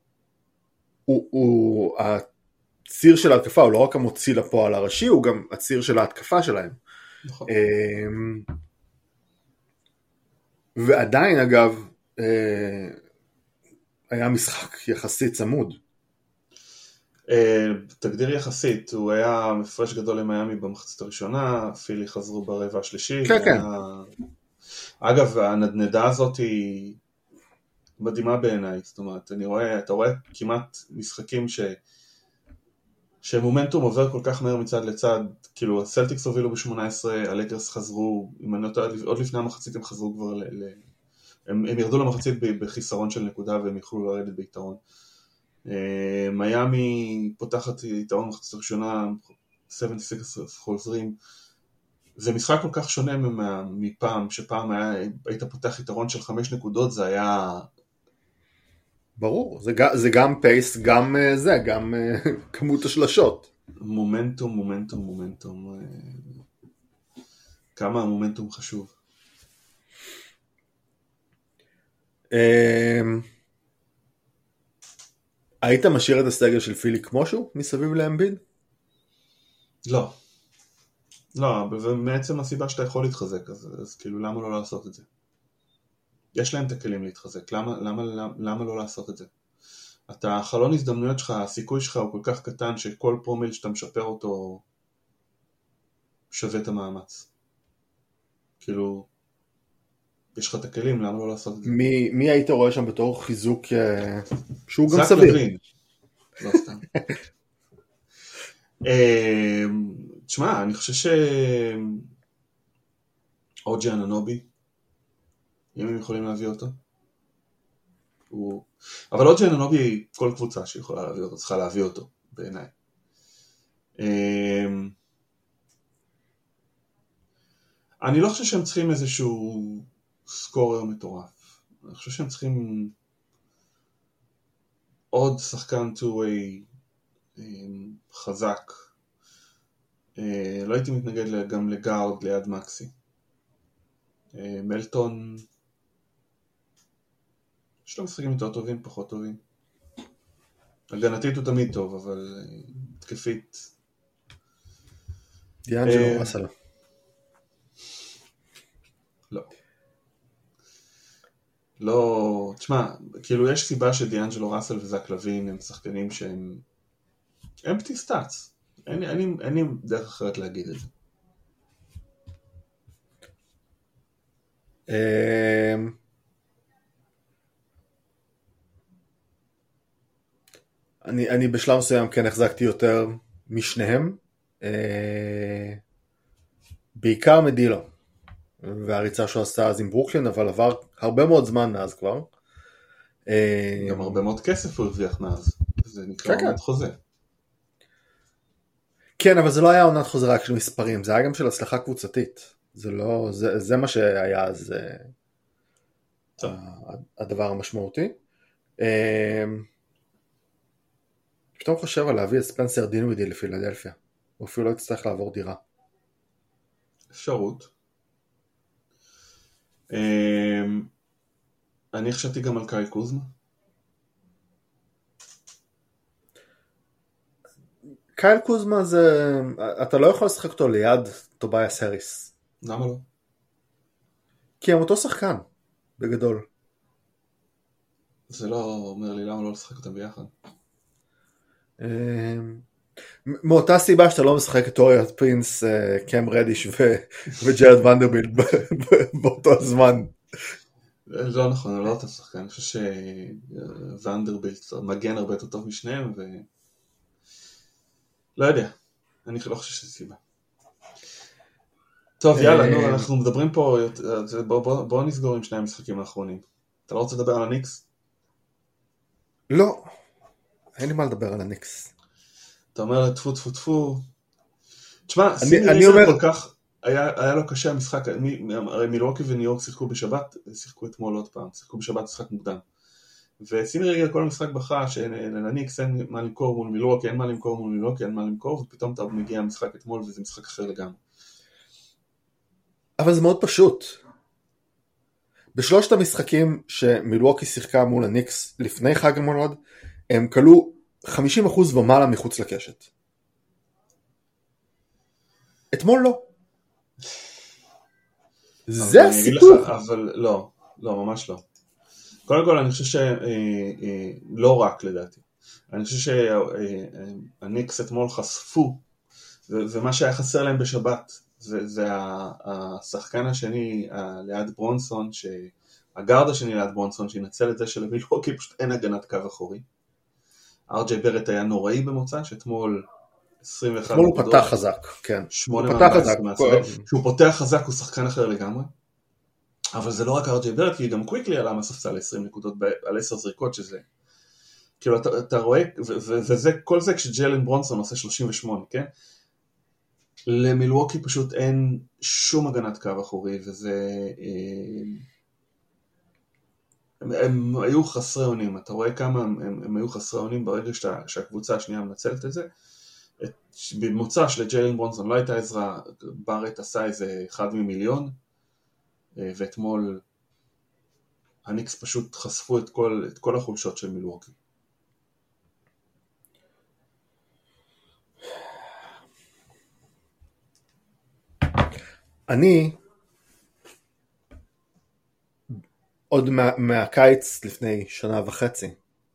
הוא הציר של ההתקפה, הוא לא רק המוציא לפועל הראשי, הוא גם הציר של ההתקפה שלהם. נכון. ועדיין אגב, היה משחק יחסית צמוד. תגדיר יחסית, הוא היה מפרש גדול למיאמי במחצית הראשונה, פילי חזרו ברבע השלישי. כן. אגב, הנדנדה הזאת היא מדהימה בעיניי, זאת אומרת, אתה רואה כמעט משחקים שמומנטום עובר כל כך מהר מצד לצד, כאילו הסלטיקס הובילו ב-18, הלקרס חזרו, עוד לפני המחצית הם חזרו כבר, הם ירדו למחצית בחיסרון של נקודה והם יכלו לרדת ביתרון. מיאמי פותחת יתרון מחצית ראשונה, 76 חוזרים. זה משחק כל כך שונה מפעם, שפעם היית פותח יתרון של 5 נקודות, זה היה... ברור, זה גם פייס, גם כמות השלשות. מומנטום. כמה המומנטום חשוב. היית משאיר את הסגל של פילי כמו שהוא מסביב לאמביד? לא, ובעצם הסיבה שאתה יכול להתחזק, אז כאילו למה לא לעשות את זה? יש להם את הכלים להתחזק, למה לא לעשות את זה? אתה, חלון הזדמנויות שלך, הסיכוי שלך הוא כל כך קטן שכל פרומיל שאתה משפר אותו שווה את המאמץ. כאילו, יש לך את הכלים, למה לא לעשות את זה? מי היית רואה שם בתור חיזוק שהוא גם זק סביר? לוין. לא סתם. תשמע, אני חושב אוג'י אננובי, אם הם יכולים להביא אותו. אבל אוג'י אננובי, כל קבוצה שיכולה להביא אותו, צריכה להביא אותו, בעיניי. אני לא חושב שהם צריכים איזשהו סקורר מטורף. אני חושב שהם צריכים עוד שחקן two-way חזק. לא הייתי מתנגד גם לגארד ליד מקסי. מלטון, יש לו משחקים יותר טובים, פחות טובים. הגנתית הוא תמיד טוב, אבל תקפית. דיאנג'לו ראסל. לא, תשמע, כאילו יש סיבה שדיאנג'לו ראסל וזק לוין הם שחקנים שהם empty stats. אין לי דרך אחרת להגיד את זה. אני בשלב מסוים כן החזקתי יותר משניהם, בעיקר מדילו והריצה שהוא עשה אז עם ברוקלין, אבל עבר הרבה מאוד זמן מאז כבר. גם הרבה מאוד כסף הוא הרוויח מאז, זה נקרא עונת חוזה. כן, אבל זה לא היה עונת חוזה רק של מספרים, זה היה גם של הצלחה קבוצתית. זה מה שהיה אז הדבר המשמעותי. פתאום חושב על להביא את ספנסר דינווידי לפילדלפיה, הוא אפילו לא יצטרך לעבור דירה. אפשרות. אני חשבתי גם על קאי קוזמה. קייל קוזמה זה, אתה לא יכול לשחק אותו ליד טובייס הריס. למה לא? כי הם אותו שחקן, בגדול. זה לא אומר לי למה לא לשחק אותם ביחד. מאותה סיבה שאתה לא משחק את אוריאט פרינס, קם רדיש וג'רד ונדרבילט באותו הזמן. לא נכון, אני לא אותו שחקן. אני חושב שוונדרבילט מגן הרבה יותר טוב משניהם, לא יודע. אני לא חושב שזה סיבה. טוב, יאללה, נו, אנחנו מדברים פה, בואו נסגור עם שני המשחקים האחרונים. אתה לא רוצה לדבר על הניקס? לא, אין לי מה לדבר על הניקס. אתה אומר, טפו טפו טפו. תשמע, סיני ריזר כל כך, היה לו קשה המשחק, הרי מילווקי וניו יורק שיחקו בשבת, שיחקו אתמול עוד פעם, שיחקו בשבת משחק מוקדם. וסיני ריזר כל המשחק בכה שלניקס אין מה למכור מול מילווקי, אין מה למכור מול מילווקי, אין מה למכור, ופתאום אתה מגיע המשחק אתמול וזה משחק אחר לגמרי. אבל זה מאוד פשוט. בשלושת המשחקים שמילווקי שיחקה מול הניקס לפני חג המולד, הם כלו 50% ומעלה מחוץ לקשת. אתמול לא. זה הסיפור. אבל לא, ממש לא. קודם כל אני חושב שלא רק לדעתי. אני חושב שהניקס אתמול חשפו, ומה שהיה חסר להם בשבת, זה השחקן השני ליד ברונסון, הגארד השני ליד ברונסון, שינצל את זה שלמילווקי פשוט אין הגנת קו אחורי. ארג'יי ברט היה נוראי במוצא, שאתמול 21 אתמול הוא פתח חזק, כן. 8 מהסרט. כשהוא פותח חזק הוא שחקן אחר לגמרי. אבל זה לא רק ארג'יי ברט, כי גם קוויקלי עלה מהספסל 20 נקודות על 10 זריקות, שזה כאילו אתה רואה, וכל זה כשג'יילן ברונסון עושה 38, כן? למילווקי פשוט אין שום הגנת קו אחורי, וזה הם היו חסרי אונים. אתה רואה כמה הם היו חסרי אונים ברגע שהקבוצה השנייה מנצלת את זה. במוצא של ג'יילן ברונסון לא הייתה עזרה, ברט עשה איזה 1 ממיליון, ואתמול הניקס פשוט חשפו את כל החולשות של מילווקי. אני עוד מהקיץ לפני שנה וחצי,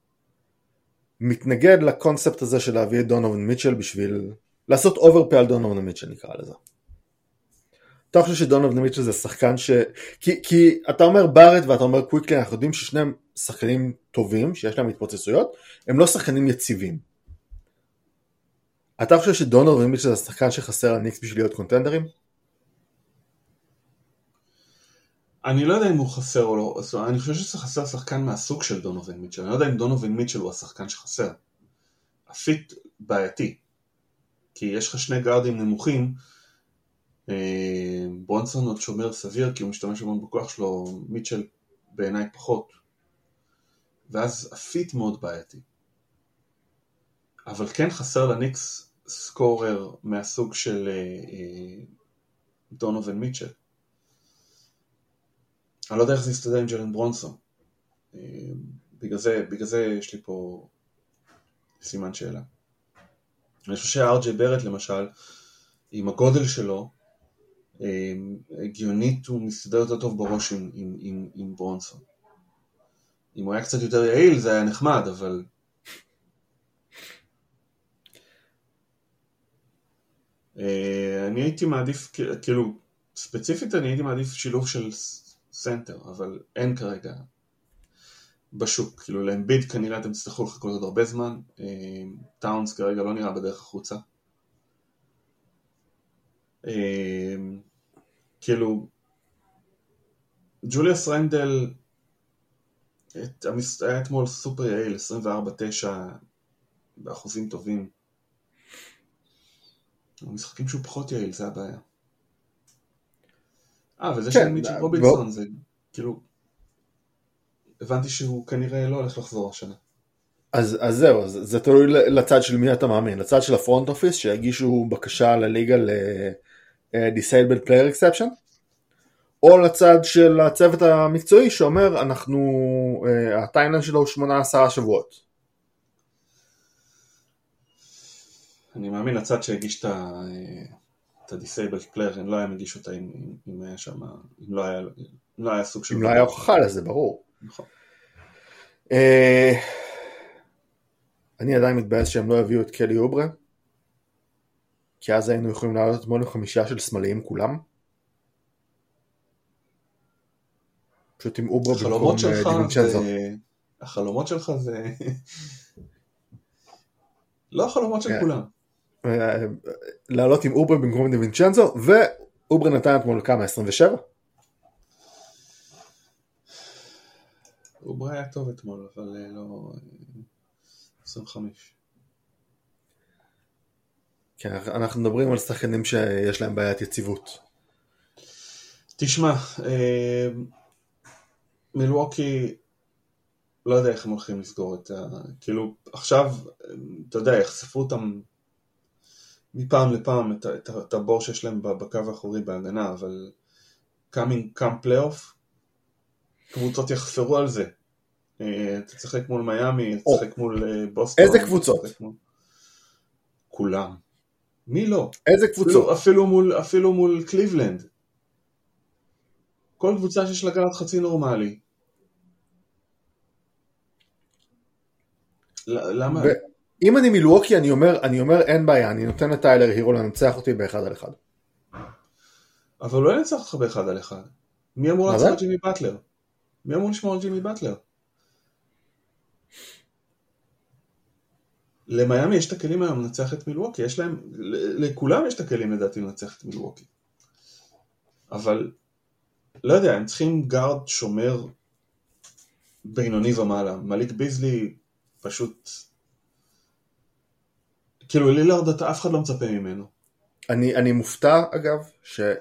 מתנגד לקונספט הזה של להביא את דונובין מיטשל בשביל לעשות אוברפי על דונובין מיטשל, נקרא לזה. אתה חושב שדונובין מיטשל זה שחקן כי אתה אומר בארט ואתה אומר קוויקלי, אנחנו יודעים ששניהם שחקנים טובים, שיש להם התפוצצויות, הם לא שחקנים יציבים. אתה חושב שדונובין מיטשל זה שחקן שחסר לניקס בשביל להיות קונטנדרים? אני לא יודע אם הוא חסר או לא, אני חושב שחסר שחקן מהסוג של דונובין מיטשל, אני לא יודע אם דונובין מיטשל הוא השחקן שחסר. הפיט בעייתי, כי יש לך שני גארדים נמוכים, ברונסון עוד שומר סביר, כי הוא משתמש המון בכוח שלו, מיטשל בעיניי פחות, ואז הפיט מאוד בעייתי. אבל כן חסר לניקס סקורר מהסוג של דונובין מיטשל. אני לא יודע איך זה יסתדר עם ג'לן ברונסון. בגלל זה יש לי פה סימן שאלה. אני חושב שהארג'י ברט למשל, עם הגודל שלו, הגיונית הוא מסתדר יותר טוב בראש עם ברונסון. אם הוא היה קצת יותר יעיל זה היה נחמד, אבל... אני הייתי מעדיף, כאילו, ספציפית אני הייתי מעדיף שילוב של סנטר, אבל אין כרגע בשוק, כאילו לאמביד כנראה אתם תצטרכו לחכות עוד הרבה זמן, טאונס כרגע לא נראה בדרך החוצה, כאילו ג'וליאס רנדל היה אתמול סופר יעיל, 24-9 באחוזים טובים, המשחקים שהוא פחות יעיל, זה הבעיה. וזה של מיטשל רובינסון, זה כאילו, הבנתי שהוא כנראה לא הולך לחזור השנה. אז זהו, זה תלוי לצד של מי אתה מאמין, לצד של הפרונט אופיס, שהגישו בקשה לליגה ל-Disabled Player Exception, או לצד של הצוות המקצועי שאומר, הטיימליין שלו הוא 18 שבועות. אני מאמין לצד שהגיש את ה-Disabled Player, אני לא היה מגיש אותה אם היה שם, אם לא היה סוג של... אם לא היה הוכחה לזה, ברור. נכון. אני עדיין מתבאס שהם לא הביאו את קלי אוברה, כי אז היינו יכולים לעלות מול 5 של שמאליים כולם. פשוט עם אוברה במקום דיווינצ'נזו. החלומות שלך זה... לא החלומות של כולם. לעלות עם אוברה במקום דיווינצ'נזו, ואוברה נתן אתמול כמה? 27? אוברה היה טוב אתמול, אבל לא... 25. כן, אנחנו מדברים על שחקנים שיש להם בעיית יציבות. תשמע, מילווקי, לא יודע איך הם הולכים לסגור את ה... כאילו, עכשיו, אתה יודע, יחשפו אותם מפעם לפעם את הבור שיש להם בקו האחורי בהגנה, אבל come playoff, קבוצות יחפרו על זה. אתה תשחק מול מיאמי, אתה תשחק מול בוסטון. איזה קבוצות? כולם. מי לא? איזה קבוצות? אפילו מול קליבלנד. כל קבוצה שיש לה גארד חצי נורמלי. למה? אם אני מילווקי, אני אומר אין בעיה, אני נותן לטיילר הירו לנצח אותי באחד על אחד. אבל לא ינצח אותך באחד על אחד. מי אמור לעצור את ג'ימי באטלר? מי אמור לשמור על ג'ימי באטלר? למיאמי יש את הכלים היום לנצח את מילווקי, יש להם, לכולם יש את הכלים לדעתי לנצח את מילווקי. אבל, לא יודע, הם צריכים גארד שומר בינוני ומעלה. מליק ביזלי פשוט, כאילו לילארד אף אחד לא מצפה ממנו. אני מופתע אגב, שהם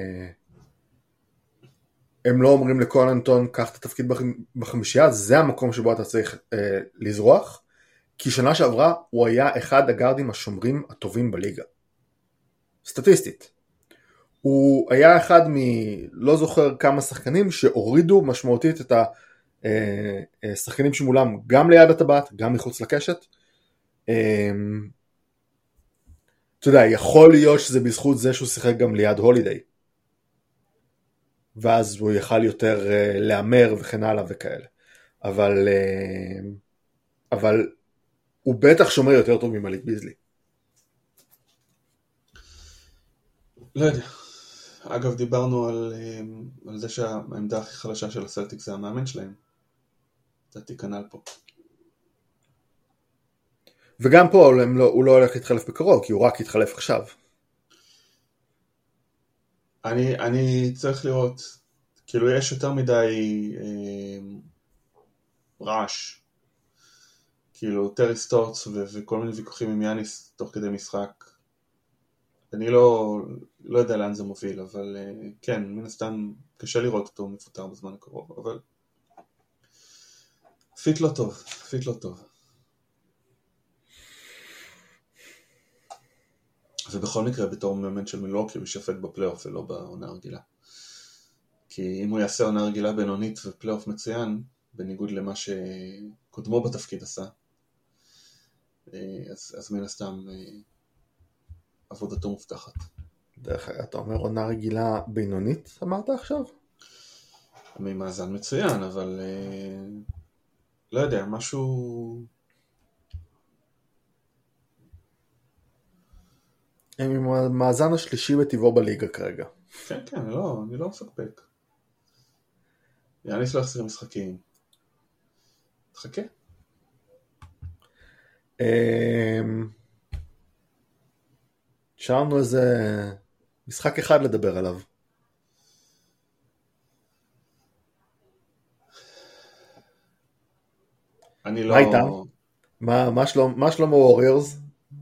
לא אומרים לכל אנטון, קח את התפקיד בחמישייה, זה המקום שבו אתה צריך לזרוח, כי שנה שעברה הוא היה אחד הגארדים השומרים הטובים בליגה. סטטיסטית. הוא היה אחד לא זוכר כמה שחקנים שהורידו משמעותית את השחקנים שמולם גם ליד הטבעת, גם מחוץ לקשת. אתה יודע, יכול להיות שזה בזכות זה שהוא שיחק גם ליד הולידיי. ואז הוא יכל יותר לאמר וכן הלאה וכאלה. אבל הוא בטח שומר יותר טוב ממליק ביזלי. לא יודע. אגב, דיברנו על זה שהעמדה הכי חלשה של הסלטיקס זה המאמן שלהם. דעתי כנ"ל פה. וגם פה הוא לא הולך להתחלף בקרוב, כי הוא רק התחלף עכשיו. אני צריך לראות, כאילו יש יותר מדי רעש, כאילו טרי סטוטס וכל מיני ויכוחים עם יאניס תוך כדי משחק. אני לא יודע לאן זה מוביל, אבל כן, מן הסתם קשה לראות אותו מפוטר בזמן הקרוב, אבל פיט לא טוב. ובכל מקרה בתור מאמן של מילווקי הוא ישפט בפלייאוף ולא בעונה הרגילה. כי אם הוא יעשה עונה רגילה בינונית ופלייאוף מצוין, בניגוד למה שקודמו בתפקיד עשה, אז מן הסתם עבודתו מובטחת. דרך אגב, אתה אומר עונה רגילה בינונית, אמרת עכשיו? ממאזן מצוין, אבל לא יודע, משהו... הם עם המאזן השלישי בטבעו בליגה כרגע. כן, אני לא מפקפק. יאניס לא יחזיר משחקים. חכה. שאלנו איזה משחק אחד לדבר עליו. אני לא... מה איתם? מה שלום הווריורס?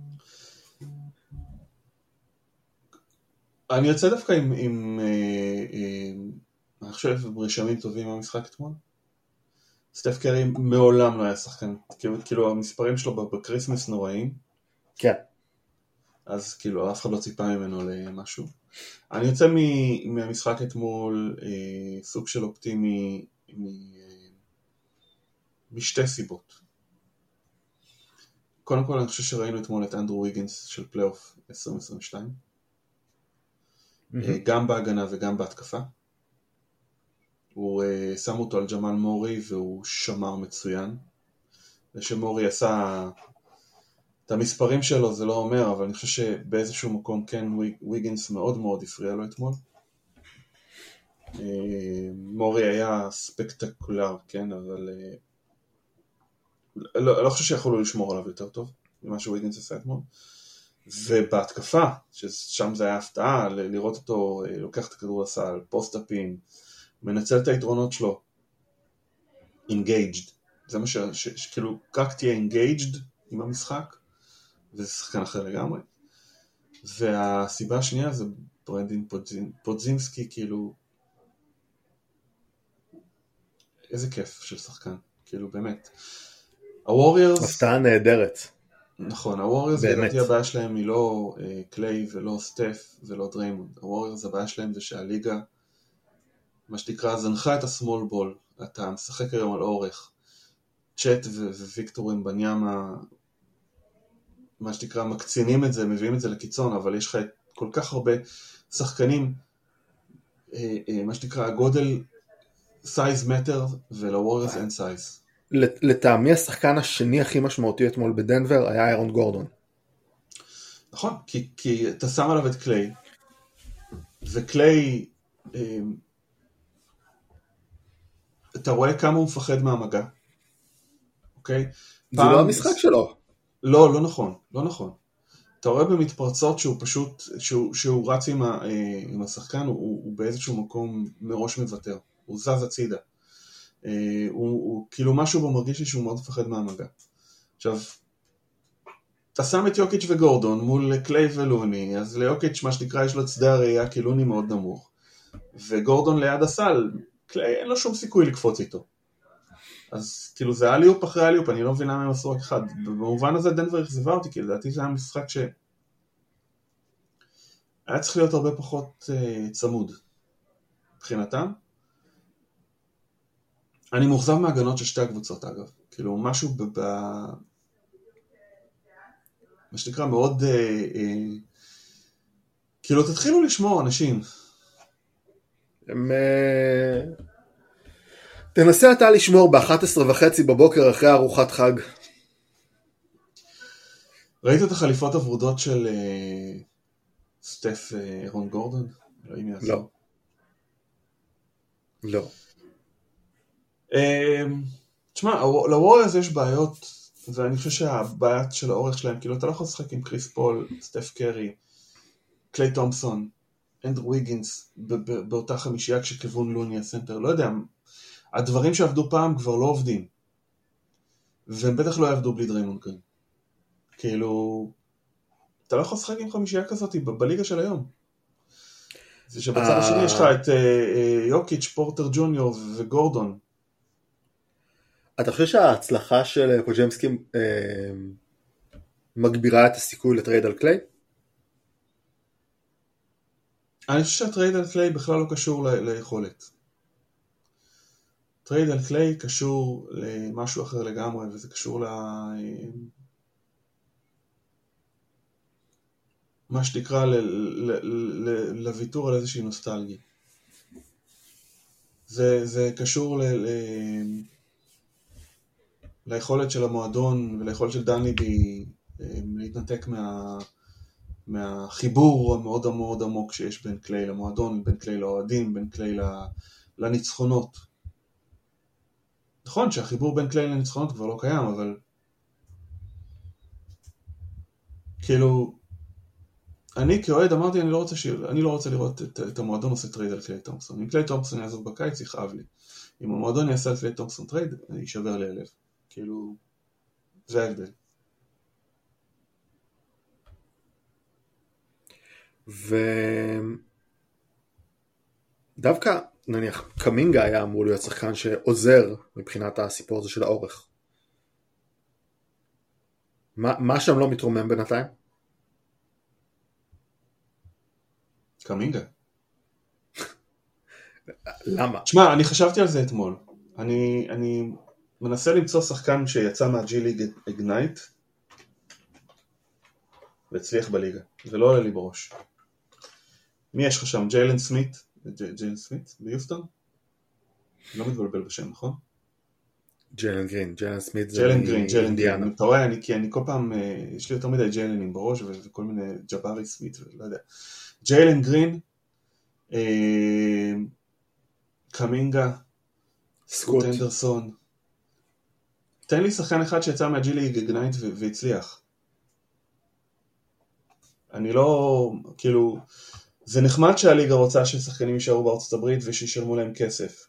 אני יוצא דווקא עם אני חושב רשמים טובים מהמשחק אתמול. סטף קרי מעולם לא היה שחקן, כאילו המספרים שלו בקריסמס נוראים. כן. אז כאילו אף אחד לא ציפה ממנו למשהו. אני יוצא מהמשחק אתמול סוג של אופטימי משתי סיבות. קודם כל אני חושב שראינו אתמול את אנדרו ויגינס של פלייאוף 2022. גם בהגנה וגם בהתקפה. הוא שם אותו על ג'מאל מורי והוא שמר מצוין. ושמורי עשה את המספרים שלו זה לא אומר, אבל אני חושב שבאיזשהו מקום כן ויגינס מאוד מאוד הפריע לו אתמול. מורי היה ספקטקולר, כן, אבל לא חושב שיכולו לשמור עליו יותר טוב ממה שוויגינס עשה אתמול. ובהתקפה, ששם זה היה הפתעה, לראות אותו לוקח את הכדור לסל, פוסט-אפים, מנצל את היתרונות שלו, engaged, זה מה שכאילו רק תהיה engaged עם המשחק, וזה שחקן אחר לגמרי. והסיבה השנייה זה ברנדין פודזינסקי, כאילו, איזה כיף של שחקן, כאילו באמת. הווריורס... הפתעה נהדרת. נכון, הווריורס לדעתי הבעיה שלהם היא לא קליי ולא סטף ולא דריימונד. הווריורס הבעיה שלהם זה שהליגה, מה שנקרא, זנחה את הסמול בול. אתה משחק היום על אורך. צ'אט וויקטורים בניאמה, מה שנקרא, מקצינים את זה, מביאים את זה לקיצון, אבל יש לך כל כך הרבה שחקנים, מה שנקרא, הגודל סייז מטר, ולווריורס אין סייז. לטעמי השחקן השני הכי משמעותי אתמול בדנבר היה אירון גורדון. נכון, כי אתה שם עליו את קליי, וקליי, אתה רואה כמה הוא מפחד מהמגע, אוקיי? זה לא המשחק שלו. לא נכון. אתה רואה במתפרצות שהוא פשוט, שהוא רץ עם השחקן, הוא באיזשהו מקום מראש מוותר, הוא זז הצידה. הוא כאילו משהו בו מרגיש לי שהוא מאוד מפחד מהמגע. עכשיו, אתה שם את יוקיץ' וגורדון מול קליי ולוני, אז ליוקיץ' מה שנקרא יש לו את שדה הראייה, כי לוני מאוד נמוך, וגורדון ליד הסל, קליי אין לו שום סיכוי לקפוץ איתו. אז כאילו זה אליופ אחרי אליופ, אני לא מבין למה הם עשו רק אחד. במובן הזה דנבר אכזבה אותי, כי לדעתי זה היה משחק שהיה צריך להיות הרבה פחות צמוד מבחינתם. אני מאוכזב מהגנות של שתי הקבוצות אגב, כאילו משהו מה שנקרא מאוד, כאילו תתחילו לשמור אנשים. הם... תנסה אתה לשמור ב-11:30 בבוקר אחרי ארוחת חג. ראית את החליפות הוורודות של סטף אירון גורדון? אלוהים יעזור. לא. תשמע, לווריורס יש בעיות, ואני חושב שהבעיית של האורך שלהם, כאילו אתה לא יכול לשחק עם קריס פול, סטף קרי, קליי תומפסון, אנדרו ויגינס, באותה חמישייה כשכיוון לוני הסנטר, לא יודע, הדברים שעבדו פעם כבר לא עובדים, והם בטח לא יעבדו בלי דריימונד גרין. כאילו, אתה לא יכול לשחק עם חמישייה כזאת בליגה של היום. זה שבצד השני יש לך את יוקיץ', פורטר ג'וניור וגורדון. אתה חושב שההצלחה של פוג'מסקי מגבירה את הסיכוי לטרייד על קליי? אני חושב שהטרייד על קליי בכלל לא קשור ליכולת. טרייד על קליי קשור למשהו אחר לגמרי, וזה קשור מה שתקרא לוויתור על איזושהי נוסטלגיה. זה קשור ליכולת של המועדון וליכולת של דניבי להתנתק מהחיבור המאוד מאוד עמוק שיש בין קליי למועדון, בין קליי לאוהדים, בין קליי לניצחונות. נכון שהחיבור בין קליי לניצחונות כבר לא קיים, אבל כאילו אני כאוהד אמרתי אני לא רוצה לראות את המועדון עושה טרייד על קליי תומפסון. אם קליי תומפסון יעזוב בקיץ יכאב לי. אם המועדון יעשה על קליי תומפסון טרייד יישבר לי הלב. כאילו זה ההבדל. ודווקא נניח קמינגה היה אמור להיות שחקן שעוזר מבחינת הסיפור הזה של האורך. מה שם לא מתרומם בינתיים? קמינגה. למה? תשמע, אני חשבתי על זה אתמול. אני מנסה למצוא שחקן שיצא מהג'י ליג איגנייט והצליח בליגה. זה לא עולה לי בראש. מי יש לך שם? ג'יילן סמית? ג'יילן סמית? ביוסטון? לא מתבלבל בשם, נכון? ג'יילן גרין. ג'יילן סמית זה ג'יילן גרין. אתה רואה, אני כל פעם, יש לי יותר מדי ג'יילנים בראש וכל מיני ג'בארי סמית, לא יודע. ג'יילן גרין, קמינגה, סקוט אנדרסון. תן לי שחקן אחד שיצא מהג'י ליג איגנייט והצליח. אני לא, כאילו, זה נחמד שהליגה רוצה ששחקנים יישארו בארצות הברית ושישלמו להם כסף.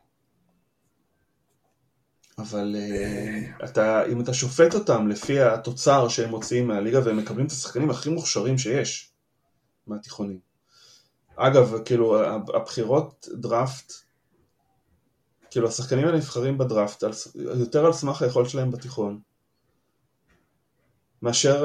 אבל אם אתה שופט אותם לפי התוצר שהם מוציאים מהליגה, והם מקבלים את השחקנים הכי מוכשרים שיש מהתיכונים. אגב, כאילו, הבחירות דראפט, כאילו, השחקנים האלה נבחרים בדראפט, יותר על סמך היכולת שלהם בתיכון, מאשר,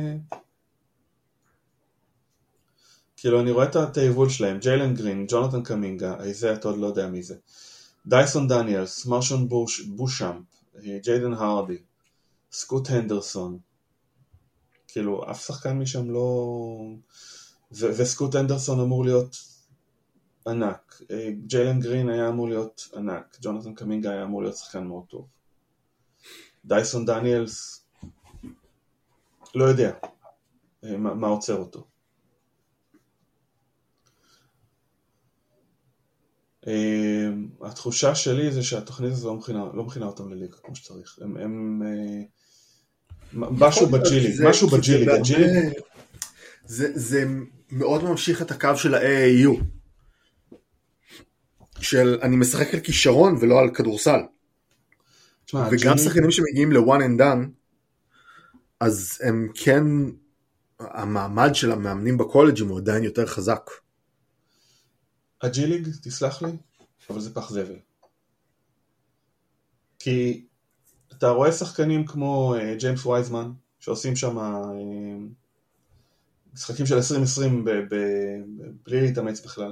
כאילו, אני רואה את היבול שלהם, ג'יילן גרין, ג'ונתן קמינגה, איזה אתה עוד לא יודע מי זה, דייסון דניאלס, מרשון בושאמפ, ג'יידן הרדי, סקוט הנדרסון, כאילו, אף שחקן משם לא, וסקוט הנדרסון אמור להיות ענק, ג'יילן גרין היה אמור להיות ענק, ג'ונתן קמינגה היה אמור להיות שחקן מאוד טוב, דייסון דניאלס לא יודע מה עוצר אותו. התחושה שלי זה שהתוכנית הזו לא מכינה אותם לליגה כמו שצריך. הם משהו בג'יליג, זה מאוד ממשיך את הקו של ה-AAU של אני משחק על כישרון ולא על כדורסל. וגם שחקנים שמגיעים ל-one and done, אז הם כן, המעמד של המאמנים בקולג'ים הוא עדיין יותר חזק. הג'יליג, תסלח לי, אבל זה פח זבל. כי אתה רואה שחקנים כמו ג'יימס וייזמן, שעושים שם משחקים של 2020 בלי להתאמץ בכלל.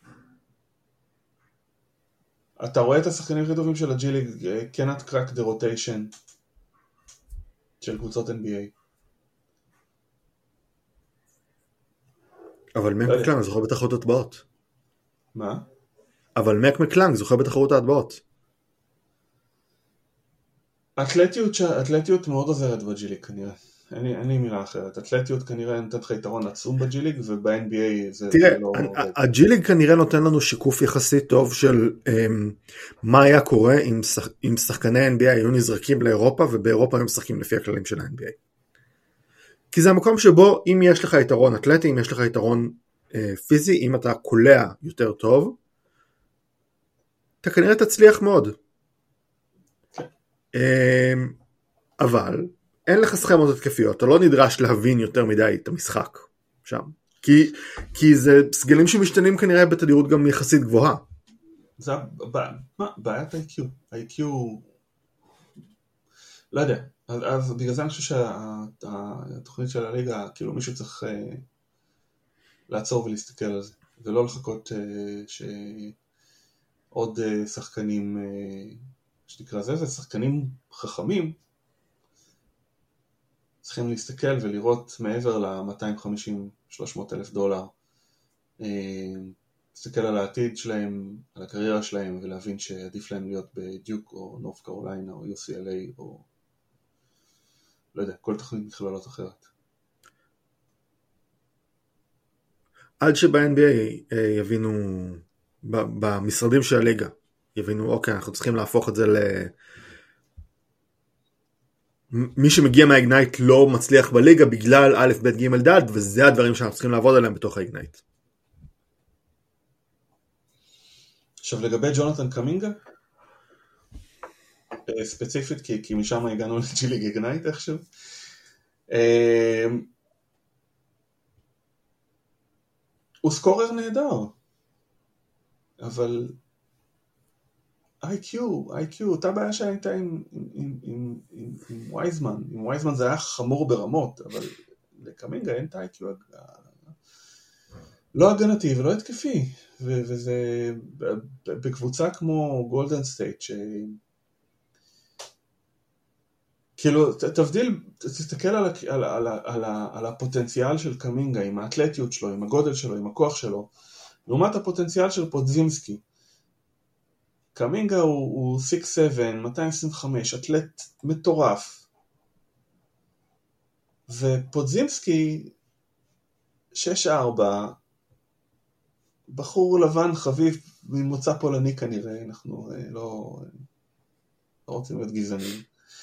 אתה רואה את השחקנים הכי טובים של הג'יליג, cannot crack the rotation של קבוצות NBA. אבל מהם כלל, אז זוכר בתחרות הטבעות. מה? אבל מק מקלנג זוכה בתחרות ההטבעות. אתלטיות מאוד עוזרת בג'יליג כנראה. אין לי מילה אחרת. אתלטיות כנראה נותנת לך יתרון עצום בג'יליג, וב-NBA זה תראה, לא עובד. הג'יליג כנראה נותן לנו שיקוף יחסית טוב של מה היה קורה אם שחקני NBA היו נזרקים לאירופה, ובאירופה הם משחקים לפי הכללים של ה-NBA. כי זה המקום שבו אם יש לך יתרון אתלטי, אם יש לך יתרון פיזי, אם אתה קולע יותר טוב, אתה כנראה תצליח מאוד. אבל אין לך סכמות התקפיות, אתה לא נדרש להבין יותר מדי את המשחק שם. כי זה סגלים שמשתנים כנראה בתדירות גם יחסית גבוהה. זה בעיית ה-IQ. ה-IQ, לא יודע. אז בגלל זה אני חושב שהתוכנית של הליגה, כאילו מישהו צריך לעצור ולהסתכל על זה, ולא לחכות שעוד שחקנים, שתקרא זה שחקנים חכמים, צריכים להסתכל ולראות מעבר ל-250-300 אלף דולר, להסתכל על העתיד שלהם, על הקריירה שלהם, ולהבין שעדיף להם להיות בדיוק או נורף קרוליינה או UCLA או לא יודע, כל תוכנית מכללות אחרת. עד שב-NBA יבינו, במשרדים של הליגה, יבינו, אוקיי, אנחנו צריכים להפוך את זה מי שמגיע מהאיגנייט לא מצליח בליגה בגלל א' ב' ג' ד', וזה הדברים שאנחנו צריכים לעבוד עליהם בתוך האיגנייט. עכשיו לגבי ג'ונתן קמינגה, ספציפית, כי משם הגענו לג'יליג איגנייט איכשהו, הוא סקורר נהדר, אבל IQ, אותה בעיה שהייתה עם וייזמן. עם וייזמן זה היה חמור ברמות, אבל לקמינגה אין את ה-IQ לא הגנתי ולא התקפי, וזה בקבוצה כמו גולדן סטייט, כאילו, תסתכל על הפוטנציאל של קמינגה, עם האתלטיות שלו, עם הגודל שלו, עם הכוח שלו, לעומת הפוטנציאל של פודזימסקי. קמינגה הוא 6'7", 225, אתלט מטורף. ופודזימסקי 6'4", בחור לבן חביב ממוצא פולני כנראה, אנחנו לא רוצים להיות גזענים.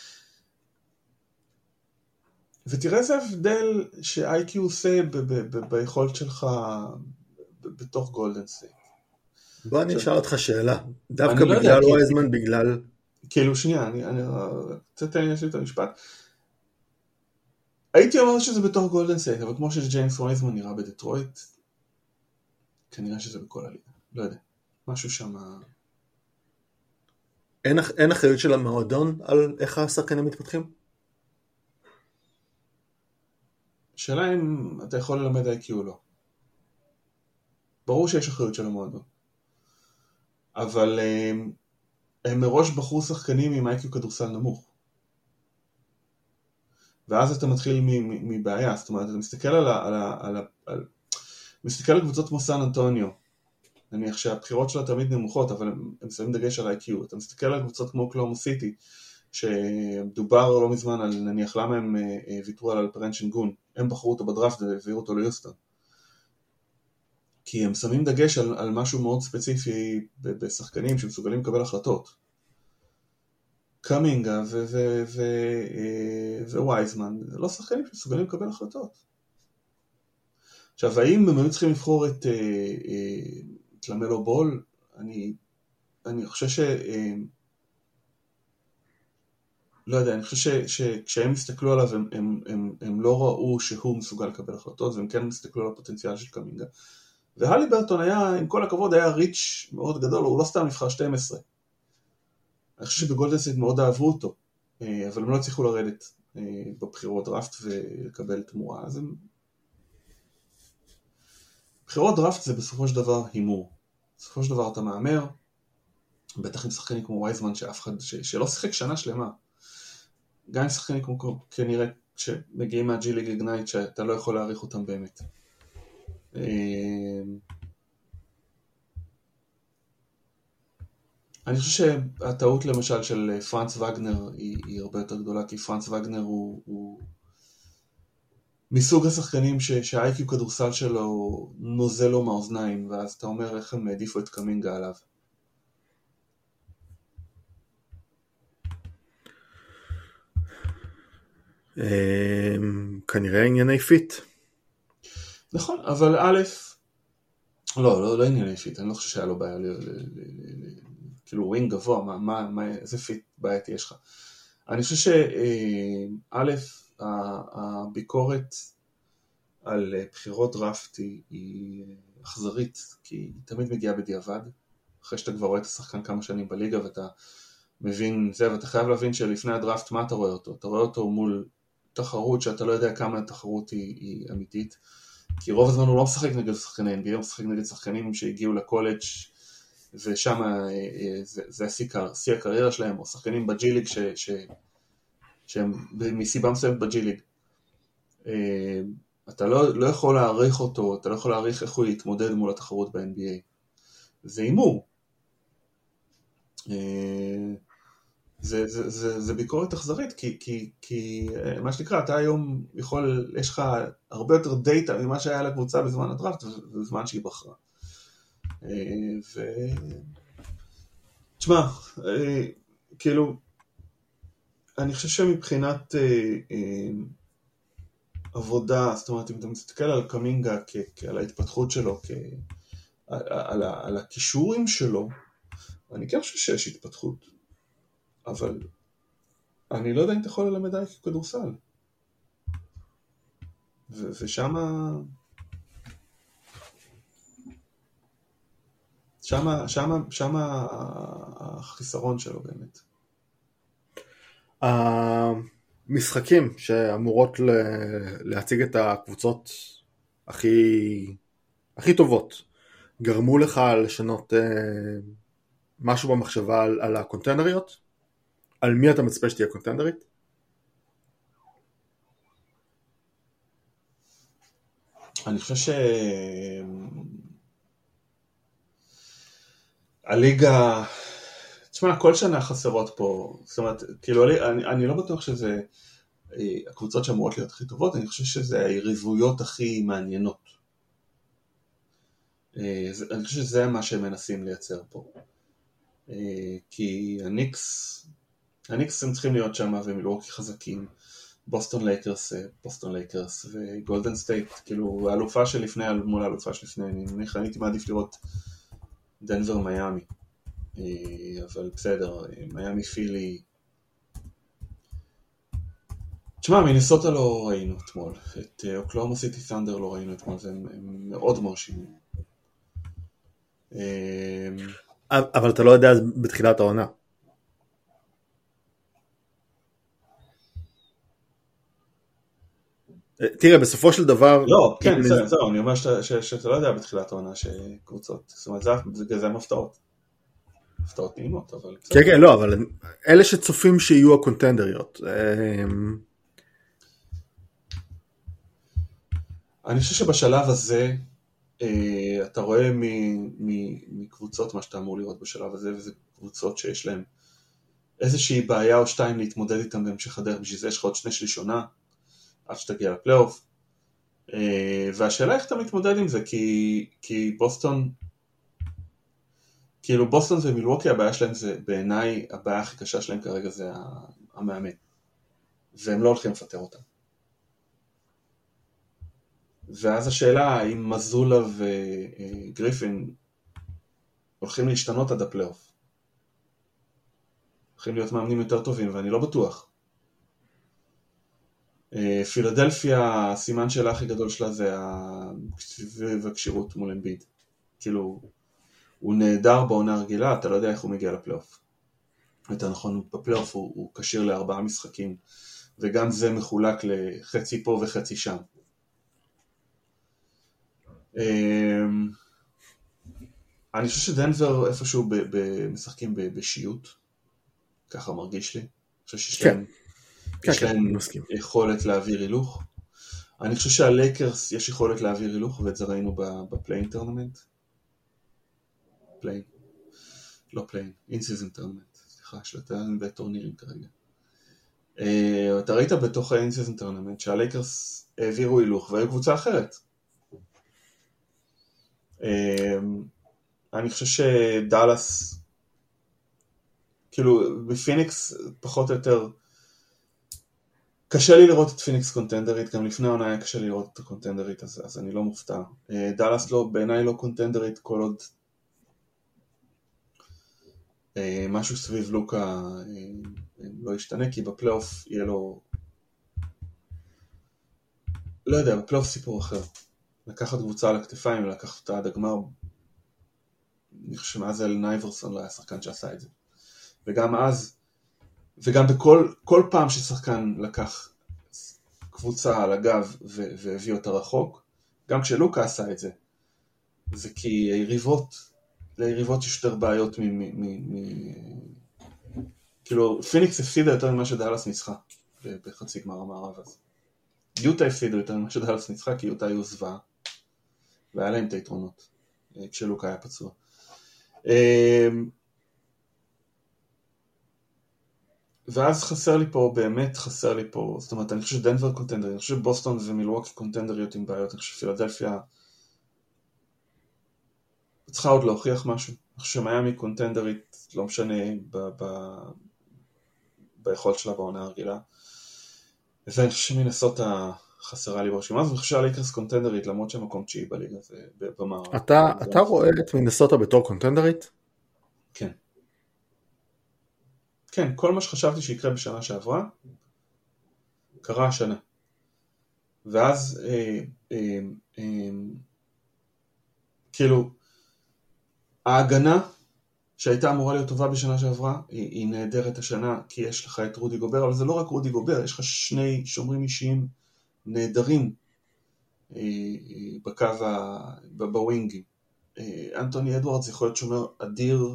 ותראה איזה הבדל ש-IQ עושה ביכולת שלך בתוך גולדן סטייט. בוא אני אשאל אותך שאלה, דווקא בגלל וייזמן, בגלל... כאילו שנייה, אני תתן לי את המשפט. הייתי אומר שזה בתוך גולדן סטייט, אבל כמו שג'יימס וייזמן נראה בדטרויט, כנראה שזה בכל הליגה, לא יודע, משהו שם... אין אחריות של המועדון על איך השחקנים מתפתחים? שאלה אם אתה יכול ללמד IQ או לא. ברור שיש אחריות של המועדון. אבל הם מראש בחרו שחקנים עם IQ כדורסל נמוך. ואז אתה מתחיל מבעיה. זאת אומרת, אתה מסתכל מסתכל על קבוצות כמו סן אנטוניו. נניח שהבחירות שלה תמיד נמוכות, אבל הם שמים דגש על IQ. אתה מסתכל על קבוצות כמו קלאומה סיטי, שדובר לא מזמן על נניח למה הם ויתרו על אלפרן שנגון. הם בחרו אותו בדראפט והעבירו אותו ליוסטון. כי הם שמים דגש על משהו מאוד ספציפי בשחקנים שמסוגלים לקבל החלטות. קמינגה ווייזמן, זה לא שחקנים שמסוגלים לקבל החלטות. עכשיו, האם הם היו צריכים לבחור את למלו בול? אני חושב לא יודע, אני חושב שכשהם הסתכלו עליו, הם לא ראו שהוא מסוגל לקבל החלטות, והם כן הסתכלו על הפוטנציאל של קמינגה. והליברטון היה, עם כל הכבוד, היה ריץ' מאוד גדול, הוא לא סתם נבחר 12. אני חושב שבגולדן סטייט מאוד אהבו אותו, אבל הם לא הצליחו לרדת בבחירות דראפט ולקבל תמורה. אז בחירות דראפט זה בסופו של דבר הימור. בסופו של דבר אתה מאמר, בטח עם שחקנים כמו וייזמן, שלא שיחק שנה שלמה. גם עם שחקנים כמו כנראה שמגיעים מהג'יליג איגנייט, שאתה לא יכול להעריך אותם באמת. אני חושב שהטעות למשל של פרנץ וגנר היא הרבה יותר גדולה, כי פרנץ וגנר הוא מסוג השחקנים שהאיי-קיו כדורסל שלו נוזל לו מהאוזניים, ואז אתה אומר איך הם העדיפו את קמינגה עליו. כנראה ענייני פיט. נכון, אבל א', לא ענייני פיט, אני לא חושב שהיה לו בעיה, כאילו ווינג גבוה, איזה פיט בעייתי יש לך. אני חושב שא', הביקורת על בחירות דראפט היא אכזרית, כי היא תמיד מגיעה בדיעבד, אחרי שאתה כבר רואה את השחקן כמה שנים בליגה, ואתה מבין זה, ואתה חייב להבין שלפני הדראפט מה אתה רואה אותו? אתה רואה אותו מול תחרות שאתה לא יודע כמה התחרות היא אמיתית, כי רוב הזמן הוא לא משחק נגד שחקני NBA, הוא משחק נגד שחקנים שהגיעו לקולג' ושם זה שיא הקריירה שלהם, או שחקנים בג'י-ליג שהם מסיבה מסוימת בג'י-ליג. אתה לא יכול להעריך אותו, אתה לא יכול להעריך איך הוא יתמודד מול התחרות ב-NBA. זה אימור. זה ביקורת אכזרית, כי מה שנקרא, אתה היום יש לך הרבה יותר דאטה ממה שהיה לקבוצה בזמן הדראפט, בזמן שהיא בחרה. תשמע, כאילו, אני חושב שמבחינת עבודה, זאת אומרת, אם אתה מסתכל על קמינגה, על ההתפתחות שלו, על הכישורים שלו, אני כן חושב שיש התפתחות, אבל אני לא יודע אם אתה יכול ללמד איי כדורסל. ושמה החיסרון שלו באמת. המשחקים שאמורות להציג את הקבוצות הכי טובות גרמו לך לשנות משהו במחשבה על הקונטנדריות? על מי אתה מצפה שתהיה קונטנדרית? אני חושב הליגה, תשמע, כל שנה חסרות פה, זאת אומרת, כאילו, אני לא בטוח שזה הקבוצות שאמורות להיות הכי טובות, אני חושב שזה היריבויות הכי מעניינות. אני חושב שזה מה שהם מנסים לייצר פה. כי הניקס הם צריכים להיות שם, ומילווקי חזקים, בוסטון לייקרס וגולדן סטייט, כאילו האלופה שלפני מול האלופה שלפני, אני הייתי מעדיף לראות דנבר מיאמי, אבל בסדר, מיאמי פילי, תשמע, מינסוטה לא ראינו אתמול, את אוקלאומה סיטי ת'נדר לא ראינו אתמול, הם מאוד מרשימים. אבל אתה לא יודע בתחילת העונה. תראה, בסופו של דבר... לא, כן, זהו, אני אומר שאתה לא יודע בתחילת העונה שקבוצות, זאת אומרת, זה מפתעות. מפתעות נעימות, אבל... כן, כן, לא, אבל אלה שצופים שיהיו הקונטנדריות. אני חושב שבשלב הזה, אתה רואה מקבוצות מה שאתה אמור לראות בשלב הזה, וזה קבוצות שיש להן איזושהי בעיה או שתיים להתמודד איתן בהמשך הדרך, בשביל זה יש לך עוד 2/3 עונה, עד שתגיע לפלייאוף, והשאלה איך אתה מתמודד עם זה, כי בוסטון, כאילו בוסטון ומילווקי הבעיה שלהם זה, בעיניי הבעיה הכי קשה שלהם כרגע זה המאמן, והם לא הולכים לפטר אותם. ואז השאלה האם מזולה וגריפין הולכים להשתנות עד הפלייאוף. הולכים להיות מאמנים יותר טובים, ואני לא בטוח. פילדלפיה, הסימן שלה הכי גדול שלה זה הקשירות מול אמביד. כאילו, הוא נהדר בעונה הרגילה, אתה לא יודע איך הוא מגיע לפלייאוף. יותר נכון, בפלייאוף הוא קשיר ל4 משחקים, וגם זה מחולק לחצי פה וחצי שם. אני חושב שדנבר איפשהו משחקים בשיעות, ככה מרגיש לי. אני חושב שיש להם יכולת להעביר הילוך. אני חושב שהלייקרס יש יכולת להעביר הילוך, ואת זה ראינו בפליין טורנמנט. לא פליין, אין-סיזן טורנמנט, סליחה, יש לה בטורנירים כרגע. אתה ראית בתוך האין-סיזן טורנמנט שהלייקרס העבירו הילוך והיו קבוצה אחרת. אני חושב שדאלאס, כאילו בפיניקס פחות או יותר, קשה לי לראות את פיניקס קונטנדרית, גם לפני העונה היה קשה לי לראות את הקונטנדרית, אז אני לא מופתע. דאלאס לא, בעיניי לא קונטנדרית כל עוד משהו סביב לוקה לא ישתנה, כי בפלייאוף יהיה לו, לא יודע, בפלייאוף סיפור אחר. לקחת קבוצה על הכתפיים ולקחת אותה עד הגמר, אני חושב שמאז אלן אייברסון לא היה שחקן שעשה את זה. וגם אז, וגם בכל פעם ששחקן לקח קבוצה על הגב והביא אותה רחוק, גם כשלוקה עשה את זה, זה כי ליריבות יש יותר בעיות כאילו פיניקס הפסידה יותר ממה שדאלאס ניצחה בחצי גמר המערב הזה. יוטה הפסידה יותר ממה שדאלאס ניצחה, כי יוטה היו זוועה, והיה להם את היתרונות, כשלוקה היה פצוע. ואז באמת חסר לי פה, זאת אומרת, אני חושב שדנבר קונטנדר, אני חושב שבוסטון ומילווקי קונטנדריות עם בעיות, אני חושב שפילדלפיה צריכה עוד להוכיח משהו, אני חושב שמיימי קונטנדרית, לא משנה ביכולת שלה בעונה הרגילה, ואני חושב שמינסוטה חסרה לי ברשימה, אז אני חושב שהלייקרס קונטנדרית, למרות שהמקום 9 בליגה, זה במערב. אתה רואה את מינסוטה בתור קונטנדרית? כן. כן, כל מה שחשבתי שיקרה בשנה שעברה, קרה השנה. ואז, כאילו, ההגנה שהייתה אמורה להיות טובה בשנה שעברה, היא נהדרת השנה, כי יש לך את רודי גובר, אבל זה לא רק רודי גובר, יש לך שני שומרים אישיים נהדרים בקו, בווינגים. אנטוני אדוארדס יכול להיות שומר אדיר,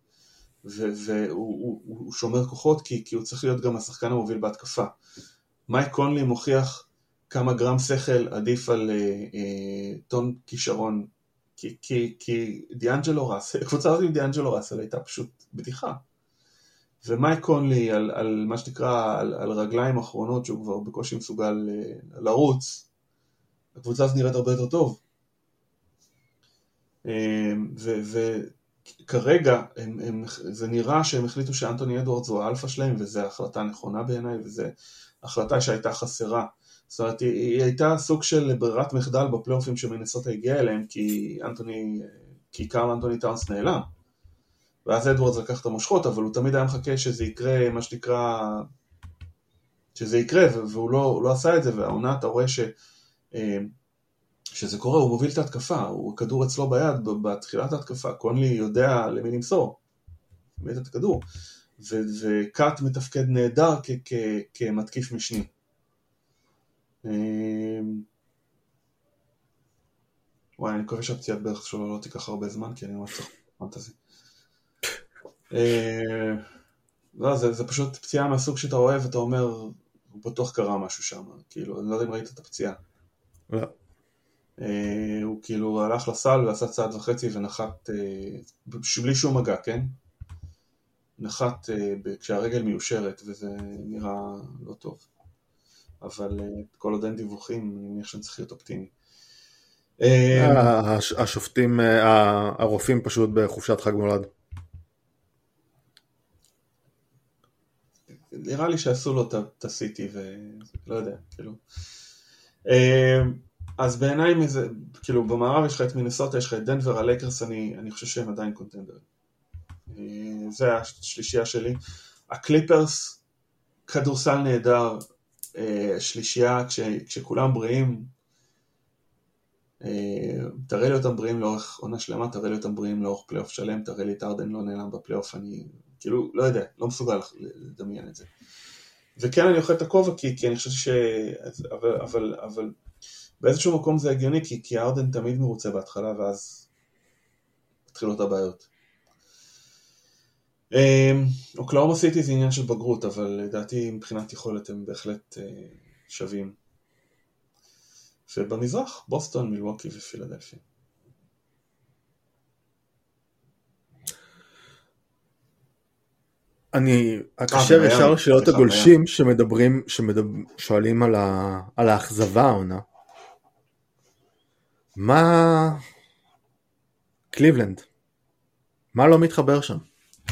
והוא שומר כוחות, כי הוא צריך להיות גם השחקן המוביל בהתקפה. מייק קונלי מוכיח כמה גרם שכל עדיף על טון כישרון, כי דיאנג'לו ראסל, הקבוצה הזאת עם דיאנג'לו ראסל הייתה פשוט בדיחה. ומייק קונלי על מה שנקרא, על רגליים אחרונות, שהוא כבר בקושי מסוגל לרוץ, הקבוצה הזאת נראית הרבה יותר טוב. כרגע זה נראה שהם החליטו שאנטוני אדוארדס הוא האלפה שלהם, וזו החלטה נכונה בעיניי, וזו החלטה שהייתה חסרה. זאת אומרת, היא הייתה סוג של ברירת מחדל בפלייאופים שמינסוטה הגיעה אליהם, כי קרל אנטוני טאונס נעלם. ואז אדוארדס לקח את המושכות, אבל הוא תמיד היה מחכה שזה יקרה, מה שנקרא, שזה יקרה, והוא לא עשה את זה, והעונה אתה רואה שזה קורה, הוא מוביל את ההתקפה, הכדור אצלו ביד, בתחילת ההתקפה, קונלי יודע למי למסור, באמת את הכדור, וקאט מתפקד נהדר כמתקיף משני. וואי, אני מקווה שהפציעת בערך שלו לא תיקח הרבה זמן, כי אני ממש צריך פנטזי. לא, זה פשוט פציעה מהסוג שאתה רואה, ואתה אומר, הוא בטוח קרה משהו שם, כאילו, אני לא יודע אם ראית את הפציעה. לא. הוא כאילו הלך לסל ועשה צעד וחצי ונחת, בלי שום מגע, כן? נחת כשהרגל מיושרת, וזה נראה לא טוב. אבל כל עוד אין דיווחים, אני מניח שאני צריך להיות אופטימי. השופטים, הרופאים פשוט בחופשת חג מולד. נראה לי שעשו לו את הסיטי, ולא יודע, כאילו. אז בעיניי, כאילו, במערב יש לך את מינסוטה, יש לך את דנבר, הלייקרס, אני חושב שהם עדיין קונטנדרים. זה השלישייה שלי. הקליפרס, כדורסל נהדר, שלישייה, כשכולם בריאים, תראה לי אותם בריאים לאורך עונה שלמה, תראה לי אותם בריאים לאורך פלייאוף שלם, תראה לי את ארדן לא נעלם בפלייאוף, אני כאילו, לא יודע, לא מסוגל לדמיין את זה. וכן אני אוכל את הכובע, כי אני חושב אבל באיזשהו מקום זה הגיוני, כי ארדן תמיד מרוצה בהתחלה, ואז התחילו את הבעיות. אוקלאומה סיטי זה עניין של בגרות, אבל לדעתי מבחינת יכולת הם בהחלט שווים. ובמזרח, בוסטון, מילווקי ופילדלפיה. אני אקשר ישר לשאלות הגולשים ששואלים על האכזבה העונה. מה קליבלנד? מה לא מתחבר שם?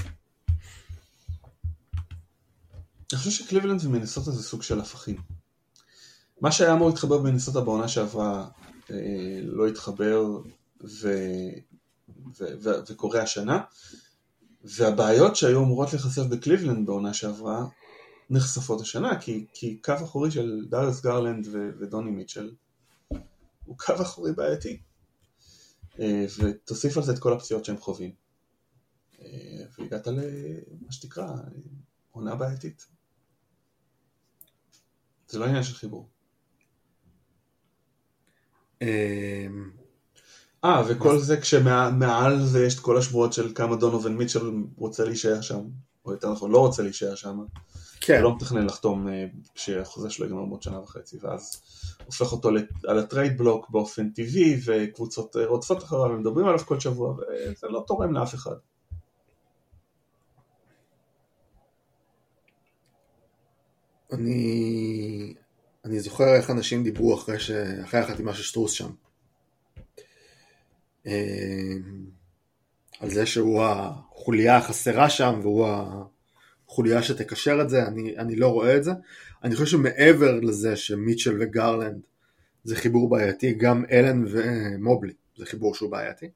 אני חושב שקליבלנד ומינסוטה זה סוג של הפכים. מה שהיה אמור להתחבר במינסוטה בעונה שעברה לא התחבר וקורה השנה, והבעיות שהיו אמורות להיחשף בקליבלנד בעונה שעברה נחשפות השנה, כי קו אחורי של דריוס גרלנד ודוני מיטשל הוא קו אחורי בעייתי, ותוסיף על זה את כל הפציעות שהם חווים, והגעת למה שתקרא עונה בעייתית. זה לא עניין של חיבור. וכל זה כשמעל זה יש את כל השמועות של כמה דונובין מיטשל רוצה להישאר שם, או יותר נכון לא רוצה להישאר שם, ולא מתכנן לחתום שהחוזה שלו יגמר עוד שנה וחצי, ואז הופך אותו על הטרייד בלוק באופן טבעי, וקבוצות רודפות אחריו ומדברים עליו כל שבוע, וזה לא תורם לאף אחד. אני זוכר איך אנשים דיברו אחרי החתימה של שטרוס שם. על זה שהוא החוליה החסרה שם, והוא החוליה שתקשר את זה. אני לא רואה את זה. אני חושב שמעבר לזה שמיטשל וגרלנד זה חיבור בעייתי, גם אלן ומובלי זה חיבור שהוא בעייתי.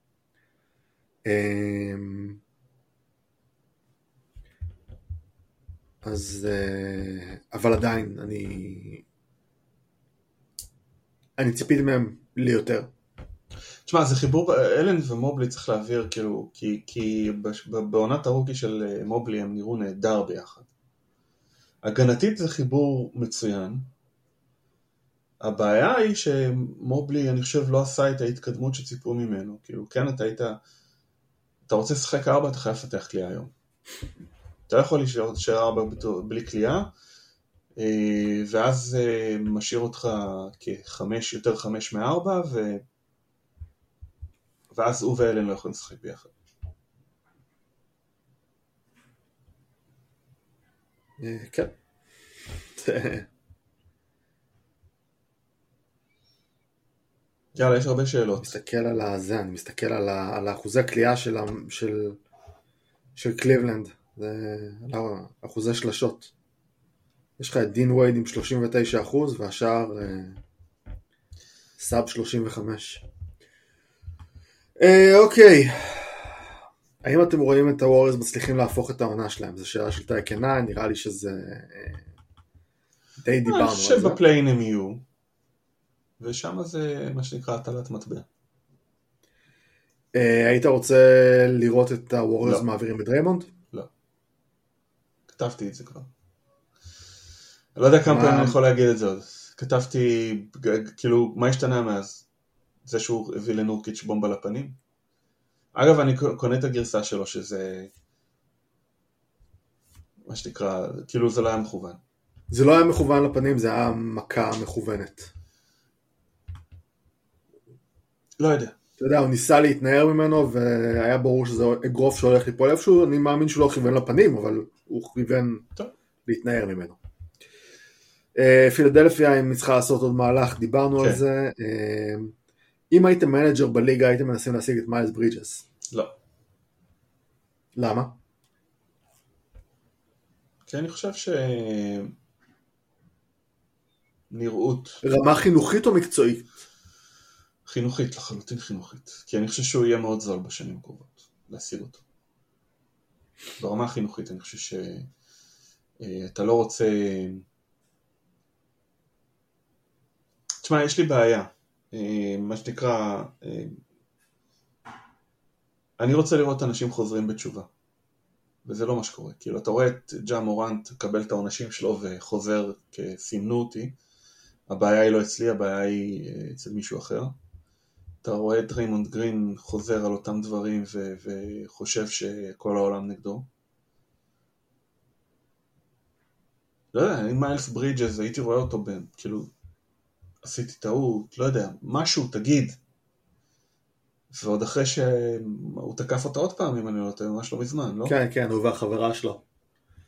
אז אבל עדיין אני ציפיתי מהם לי יותר. תשמע, זה חיבור, אלן ומובלי צריך להעביר, כאילו, כי בעונת הרוקי של מובלי הם נראו נהדר ביחד. הגנתית זה חיבור מצוין. הבעיה היא שמובלי, אני חושב, לא עשה את ההתקדמות שציפו ממנו. כאילו, כן, אתה רוצה לשחק 4, אתה חייב לפתח קליעה היום. אתה יכול להישאר 4 בלי קליעה, ואז משאיר אותך יותר 5 מ-4, ואז הוא ואלן לא יכולים לשחק ביחד. כן. יאללה, יש הרבה שאלות. אני מסתכל על האחוזי הקליעה של קליבלנד, זה אחוזי שלשות. יש לך את דין ווייד עם 39%, והשאר סאב 35%. אוקיי. האם אתם רואים את הווריירס מצליחים להפוך את העונה שלהם? זו שאלה של תאי-כנה, נראה לי שזה די דיברנו על זה. אני חושב בפליין הם יהיו, ושם זה מה שנקרא הטלת מטבע. היית רוצה לראות את הווריירס מעבירים את דריימונד? לא. כתבתי את זה כבר. אני לא יודע כמה פעמים אני יכול להגיד את זה עוד. כתבתי, כאילו, מה השתנה מאז? זה שהוא הביא לנורקיץ' בומבה לפנים? אגב, אני קונה את הגרסה שלו, שזה מה שנקרא, כאילו זה לא היה מכוון. זה לא היה מכוון לפנים, זה היה מכה מכוונת. לא יודע. אתה יודע, הוא ניסה להתנער ממנו, והיה ברור שזה אגרוף שהולך ליפול איפשהו, אני מאמין שהוא לא כיוון לפנים, אבל הוא כיוון להתנער ממנו. פילדלפיה, אם צריכה לעשות עוד מהלך, דיברנו על זה. אם הייתם מנג'ר בליגה, הייתם מנסים להשיג את מיילס ברידג'ס? לא. למה? כי אני חושב נראות. רמה חינוכית או מקצועית? חינוכית, לחלוטין חינוכית. כי אני חושב שהוא יהיה מאוד זול בשנים הקרובות, להשיג אותו. ברמה החינוכית אני חושב שאתה לא רוצה... תשמע, יש לי בעיה. מה שנקרא, אני רוצה לראות אנשים חוזרים בתשובה, וזה לא מה שקורה. כאילו, אתה רואה את ג'ה מורנט קבל את העונשים שלו וחוזר כסימנו אותי, הבעיה היא לא אצלי, הבעיה היא אצל מישהו אחר. אתה רואה את ריימונד גרין חוזר על אותם דברים וחושב שכל העולם נגדו. לא יודע, אם מיילס ברידג'ס הייתי רואה אותו כאילו, עשיתי טעות, לא יודע, משהו, תגיד. ועוד אחרי שהוא תקף אותה עוד פעם, אם אני לא טועה, ממש לא מזמן, לא? כן, כן, הוא והחברה שלו.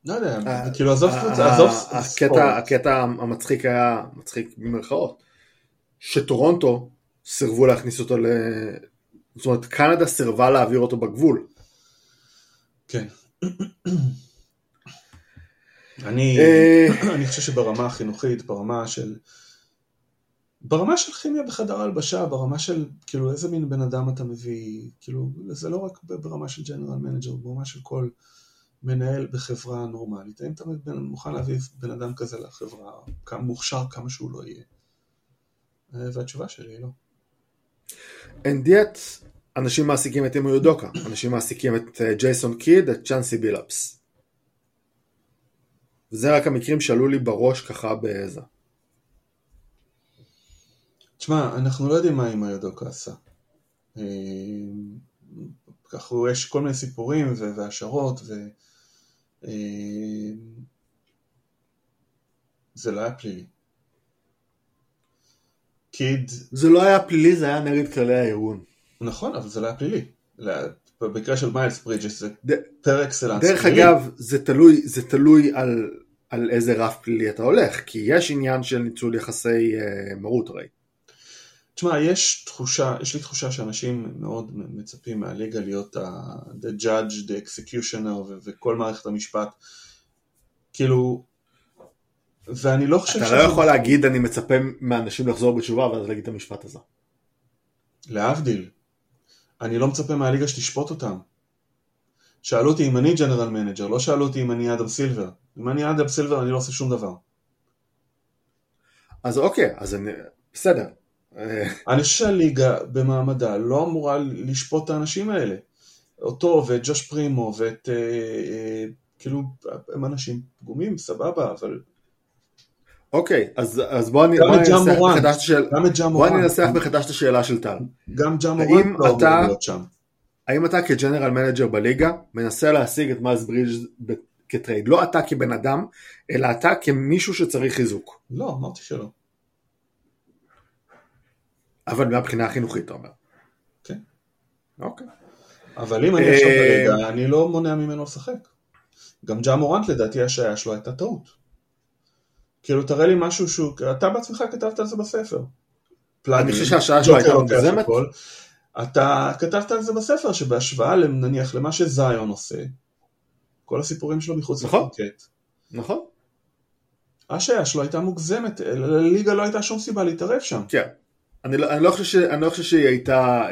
לא יודע, כאילו עזוב ספורט. הקטע המצחיק היה, מצחיק במרכאות, שטורונטו סירבו להכניס אותו זאת אומרת, קנדה סירבה להעביר אותו בגבול. כן. אני חושב שברמה החינוכית, ברמה של כימיה בחדר הלבשה, ברמה של, כאילו, איזה מין בן אדם אתה מביא, כאילו, זה לא רק ברמה של ג'נרל מנג'ר, ברמה של כל מנהל בחברה נורמלית. האם אתה מוכן להביא בן אדם כזה לחברה, מוכשר כמה שהוא לא יהיה? והתשובה שלי היא לא. And yet, אנשים מעסיקים את אימו יודוקה, אנשים מעסיקים את ג'ייסון קיד, את צ'אנסי בילאפס. וזה רק המקרים שעלו לי בראש ככה באיזה. תשמע, אנחנו לא יודעים מה אימו יודוקה עשה. ככה יש כל מיני סיפורים והשערות, זה לא היה פלילי. קיד... זה לא היה פלילי, זה היה נגד כללי הארגון. נכון, אבל זה לא היה פלילי. במקרה של מיילס ברידג'ס זה פר אקסלנס. דרך אגב, זה תלוי על איזה רף פלילי אתה הולך, כי יש עניין של ניצול יחסי מרות הרי. תשמע, יש לי תחושה שאנשים מאוד מצפים מהליגה להיות the judge, the executioner וכל מערכת המשפט. כאילו, ואני לא חושב אתה לא יכול להגיד אני מצפה מאנשים לחזור בתשובה ואז להגיד את המשפט הזה. להבדיל. אני לא מצפה מהליגה שתשפוט אותם. שאלו אותי אם אני ג'נרל מנג'ר, לא שאלו אותי אם אני אדם סילבר. אם אני אדם סילבר אני לא עושה שום דבר. אז אוקיי, אז בסדר. אני חושב שהליגה במעמדה לא אמורה לשפוט את האנשים האלה. אותו ואת ג'וש פרימו ואת כאילו הם אנשים פגומים, סבבה, אבל... אוקיי, אז בוא ננסח מחדש את השאלה של טל. גם ג'ה מורנט לא אמור להיות שם. האם אתה כג'נרל מנג'ר בליגה מנסה להשיג את מיילס ברידג'ס כטרייד? לא אתה כבן אדם, אלא אתה כמישהו שצריך חיזוק. לא, אמרתי שלא. אבל מהבחינה החינוכית אתה אומר. כן. אוקיי. אבל אם אני עכשיו בליגה, אני לא מונע ממנו לשחק. גם ג'ה מורנט לדעתי השעיה שלו הייתה טעות. כאילו תראה לי משהו אתה בעצמך כתבת על זה בספר. אני חושב שהשעיה שלו הייתה מוגזמת. אתה כתבת על זה בספר שבהשוואה נניח למה שזיון עושה, כל הסיפורים שלו מחוץ לפרקט. נכון. השעיה שלו הייתה מוגזמת, לליגה לא הייתה שום סיבה להתערב שם. כן. אני לא חושב שהיא הייתה...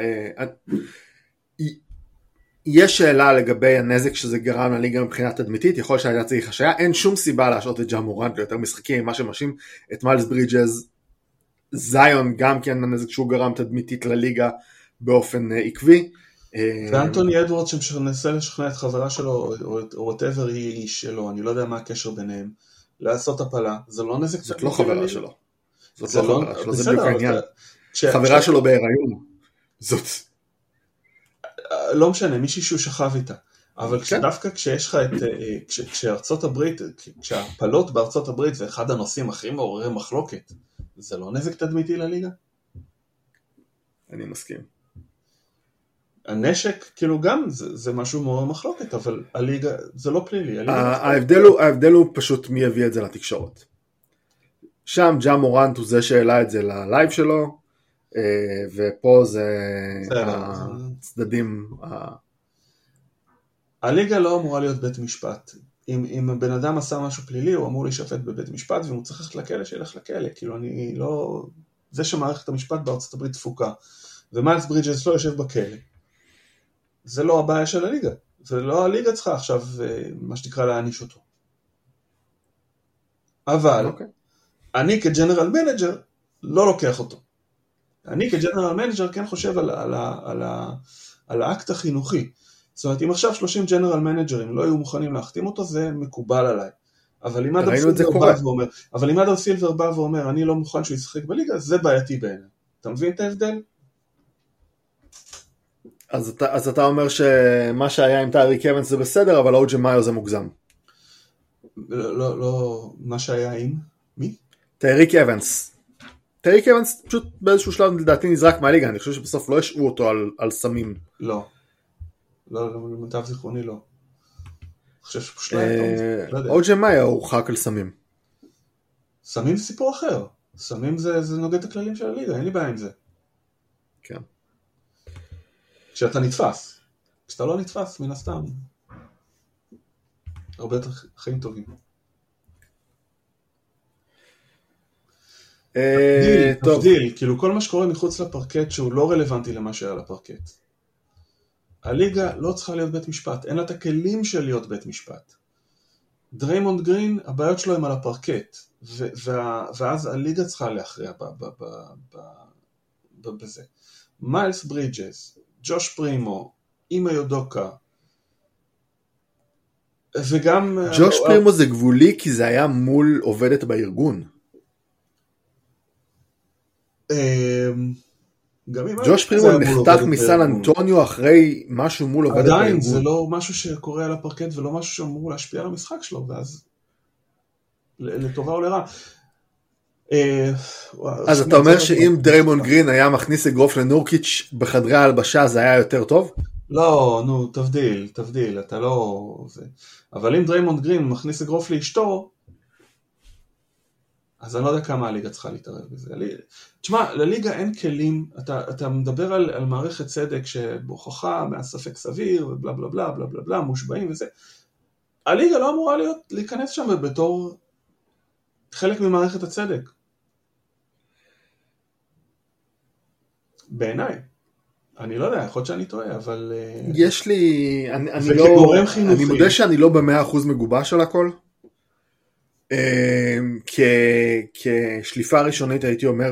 יש שאלה לגבי הנזק שזה גרם לליגה מבחינת תדמיתית, יכול שהייתה צריך השעיה, אין שום סיבה להשעות את ג'ה מורנט ליותר משחקים, מה שמשאים את מיילס ברידג'ס, זיון גם כן הנזק שהוא גרם תדמיתית לליגה באופן עקבי. ואנטוני אדוורדס שמנסה לשכנע את חברה שלו, או whatever היא שלו, אני לא יודע מה הקשר ביניהם, לעשות הפלה, זה לא נזק. זאת לא חברה שלו. זאת לא חברה שלו, זה בדיוק העניין. חברה שלו בהיריון. זאת... לא משנה, מישהי שהוא שכב איתה, אבל דווקא כשיש לך כשארצות הברית, כשהפלות בארצות הברית זה אחד הנושאים הכי מעוררי מחלוקת, זה לא נזק תדמיתי לליגה? אני מסכים. הנשק, כאילו גם, זה משהו מעורר מחלוקת, אבל הליגה, זה לא פלילי. ההבדל הוא פשוט מי יביא את זה לתקשורת. שם ג'ה מורנט הוא זה שהעלה את זה ללייב שלו, ופה זה הצדדים. הליגה לא אמורה להיות בית משפט. אם בן אדם עשה משהו פלילי, הוא אמור להישפט בבית משפט, ואם הוא צריך ללכת לכלא, שילך לכלא. כאילו אני לא... זה שמערכת המשפט בארצות הברית תפוקה, ומיילס ברידג'ס לא יושב בכלא. זה לא הבעיה של הליגה. זה לא הליגה צריכה עכשיו, מה שתקרא להעניש אותו. אבל, אני כג'נרל מנג'ר, לא לוקח אותו. אני כג'נרל מנג'ר כן חושב על האקט החינוכי. זאת אומרת, אם עכשיו 30 ג'נרל מנג'רים לא היו מוכנים להחתים אותו, זה מקובל עליי. אבל אם אדם סילבר בא ואומר, אני לא מוכן שהוא ישחק בליגה, זה בעייתי בעיניי. אתה מבין את ההבדל? אז אתה אומר שמה שהיה עם טייריק אבנס זה בסדר, אבל אוג'י מאיו זה מוגזם. לא, מה שהיה עם? מי? טייריק אבנס. טייריק אבנס פשוט באיזשהו שלב לדעתי נזרק מהליגה, אני חושב שבסוף לא ישעו אותו על סמים. לא, למיטב זיכרוני לא. חושב שפשוט לא היה טוב. אוג'י מאיה הורחק על סמים. סמים זה סיפור אחר. סמים זה נוגד את הכללים של הליגה, אין לי בעיה עם זה. כן. כשאתה נתפס. כשאתה לא נתפס, מן הסתם. הרבה יותר חיים טובים. תבדיל, כאילו כל מה שקורה מחוץ לפרקט שהוא לא רלוונטי למה שהיה לפרקט. הליגה לא צריכה להיות בית משפט, אין לה את הכלים של להיות בית משפט. דריימונד גרין, הבעיות שלו הם על הפרקט, ואז הליגה צריכה להכריע בזה. מיילס ברידג'ס, ג'וש פרימו, אימה יודוקה, וגם... ג'וש פרימו זה גבולי כי זה היה מול עובדת בארגון. ג'וש פרימו נחתך מסן אנטוניו אחרי משהו מול עובדת בארגון. עדיין זה לא משהו שקורה על הפרקט ולא משהו שאמור להשפיע על המשחק שלו, ואז לטובה או לרע. אז אתה אומר שאם דריימונד גרין היה מכניס אגרוף לנורקיץ' בחדרי ההלבשה זה היה יותר טוב? לא, נו, תבדיל, אתה לא... אבל אם דריימונד גרין מכניס אגרוף לאשתו, אז אני לא יודע כמה הליגה צריכה להתערב בזה. תשמע, לליגה אין כלים, אתה מדבר על מערכת צדק שבוכחה מהספק סביר, ובלה בלה בלה בלה בלה בלה, מושבעים וזה. הליגה לא אמורה להיכנס שם בתור חלק ממערכת הצדק. בעיניי. אני לא יודע, יכול להיות שאני טועה, אבל... יש לי... אני מודה שאני לא ב100% מגובש על הכל. כשליפה ראשונית הייתי אומר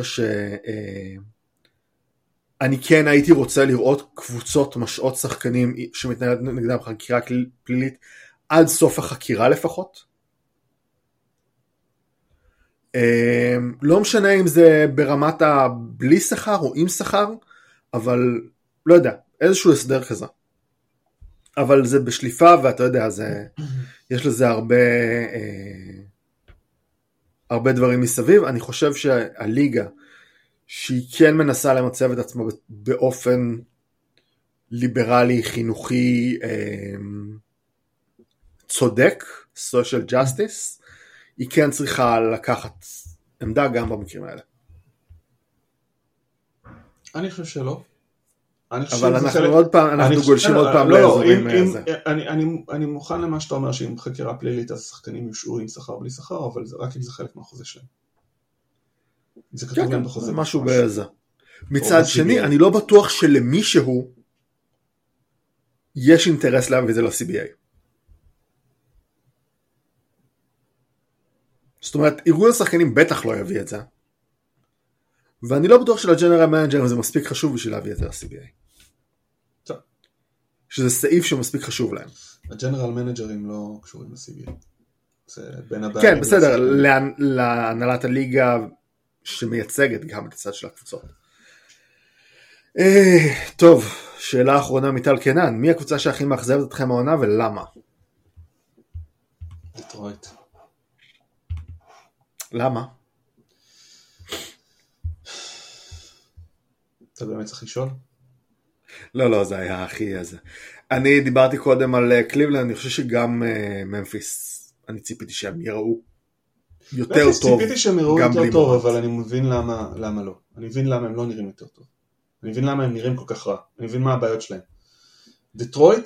שאני כן הייתי רוצה לראות קבוצות משעות שחקנים שמתנהלת נגדם חקירה פלילית עד סוף החקירה לפחות. לא משנה אם זה ברמת בלי שכר או עם שכר, אבל לא יודע, איזשהו הסדר כזה. אבל זה בשליפה ואתה יודע, יש לזה הרבה דברים מסביב. אני חושב שהליגה שהיא כן מנסה למצב את עצמה באופן ליברלי, חינוכי, צודק, social justice, היא כן צריכה לקחת עמדה גם במקרים האלה. אני חושב שלא. אבל אנחנו גולשים עוד פעם לאזורים הזה. אני מוכן למה שאתה אומר שאם חקירה פלילית אז שחקנים יושעו עם שכר בלי שכר, אבל זה רק אם זה חלק מהחוזה שלהם. זה כתוב גם בחוזה. משהו בזה. מצד שני, אני לא בטוח שלמישהו יש אינטרס להביא את זה ל-CBA. זאת אומרת, ארגון השחקנים בטח לא יביא את זה. ואני לא בטוח שלג'נרל מנג'ר זה מספיק חשוב בשביל להביא את זה ל-CBA. שזה סעיף שמספיק חשוב להם. הג'נרל מנג'רים לא קשורים ל-CBA. כן, בסדר, להנהלת הליגה שמייצגת גם את הצד של הקבוצות. טוב, שאלה אחרונה מטל קנן, מי הקבוצה שהכי מאכזבת אתכם העונה ולמה? דיטרויט. למה? אתה באמת צריך לשאול? לא, זה היה הכי איזה. אני דיברתי קודם על קליבלנד, אני חושב שגם ממפיס, אני ציפיתי שהם יראו יותר טוב. ציפיתי שהם יראו יותר טוב, אבל אני מבין למה לא. אני מבין למה הם לא נראים יותר טוב. אני מבין למה הם נראים כל כך רע. אני מבין מה הבעיות שלהם. דיטרויט,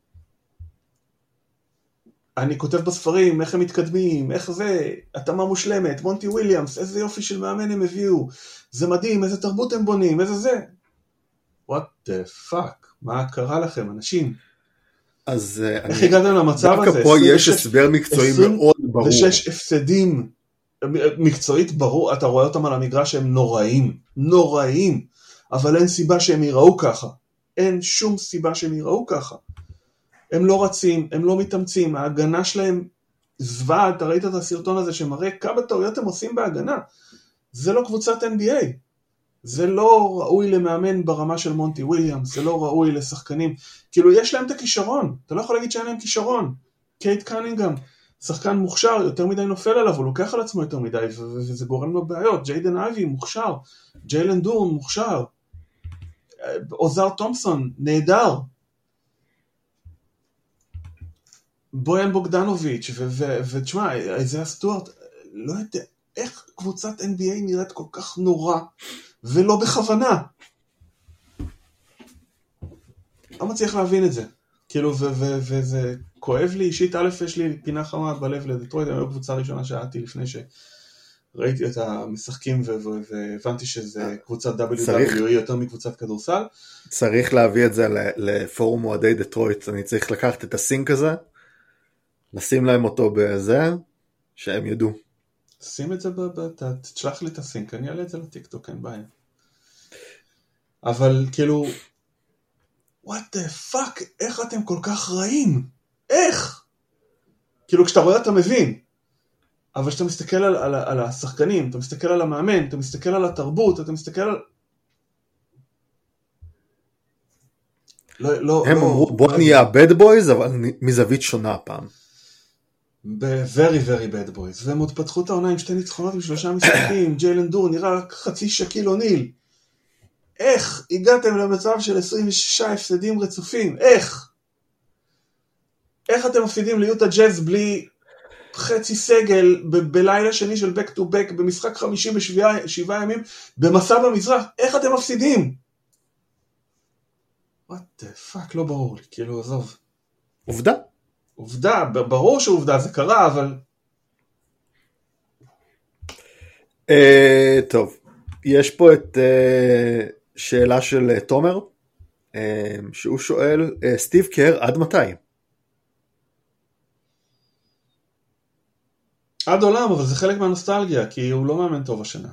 אני כותב בספרים, איך הם מתקדמים, איך זה, התאמה מושלמת, מונטי וויליאמס, איזה יופי של מאמן הם הביאו, זה מדהים, איזה תרבות הם בונים, איזה זה. What the fuck? מה קרה לכם, אנשים? אז איך הגעתם למצב הזה? דווקא פה יש הסבר מקצועי מאוד ברור. 26 הפסדים, מקצועית ברור, אתה רואה אותם על המגרש שהם נוראים, אבל אין סיבה שהם ייראו ככה. אין שום סיבה שהם ייראו ככה. הם לא רצים, הם לא מתאמצים, ההגנה שלהם זוועה, אתה ראית את הסרטון הזה שמראה כמה טעויות הם עושים בהגנה. זה לא קבוצת NBA. זה לא ראוי למאמן ברמה של מונטי וויליאמס, זה לא ראוי לשחקנים. כאילו יש להם את הכישרון, אתה לא יכול להגיד שאין להם כישרון. קייט קנינגהם, שחקן מוכשר, יותר מדי נופל עליו, הוא לוקח על עצמו יותר מדי, וזה גורם לו בעיות. ג'יידן אייבי מוכשר, ג'יילן דורן מוכשר, עוזר תומפסון נהדר. בויאן בוגדנוביץ' ותשמע, איזה סטוארט, לא יודע, איך קבוצת NBA נראית כל כך נורא, ולא בכוונה. לא מצליח להבין את זה. כאילו, וזה כואב לי אישית, א', יש לי פינה חמה בלב לדטרויט, אני היו קבוצה ראשונה שעדתי לפני שראיתי את המשחקים, והבנתי שזה קבוצת WWE יותר מקבוצת כדורסל. צריך להביא את זה לפורום אוהדי דטרויט, אני צריך לקחת את הסינק הזה, לשים להם אותו בזה, שהם ידעו. שים את זה, תשלח לי את הסינק, אני אעלה את זה לטיקטוק, אין בעיה. אבל כאילו, what the fuck, איך אתם כל כך רעים? איך? כאילו כשאתה רואה אתה מבין, אבל כשאתה מסתכל על השחקנים, אתה מסתכל על המאמן, אתה מסתכל על התרבות, אתה מסתכל על... הם אמרו בוא נהיה הבד בויז, אבל מזווית שונה הפעם. very very bad boys, והם עוד פתחו את העונה עם 2 ניצחונות ו3 משחקים, ג'יילן דור נראה חצי שקיל אוניל. איך הגעתם למצב של 26 הפסדים רצופים? איך אתם מפסידים ליוטה ג'אז בלי חצי סגל בלילה שני של back to back במשחק 57 ימים במסע במזרח? איך אתם מפסידים? what the fuck, לא ברור לי, כאילו עזוב. עובדה, ברור שעובדה זה קרה, אבל... טוב, יש פה את שאלה של תומר, שהוא שואל, סטיב קר עד מתי? עד עולם, אבל זה חלק מהנוסטלגיה, כי הוא לא מאמן טוב השנה.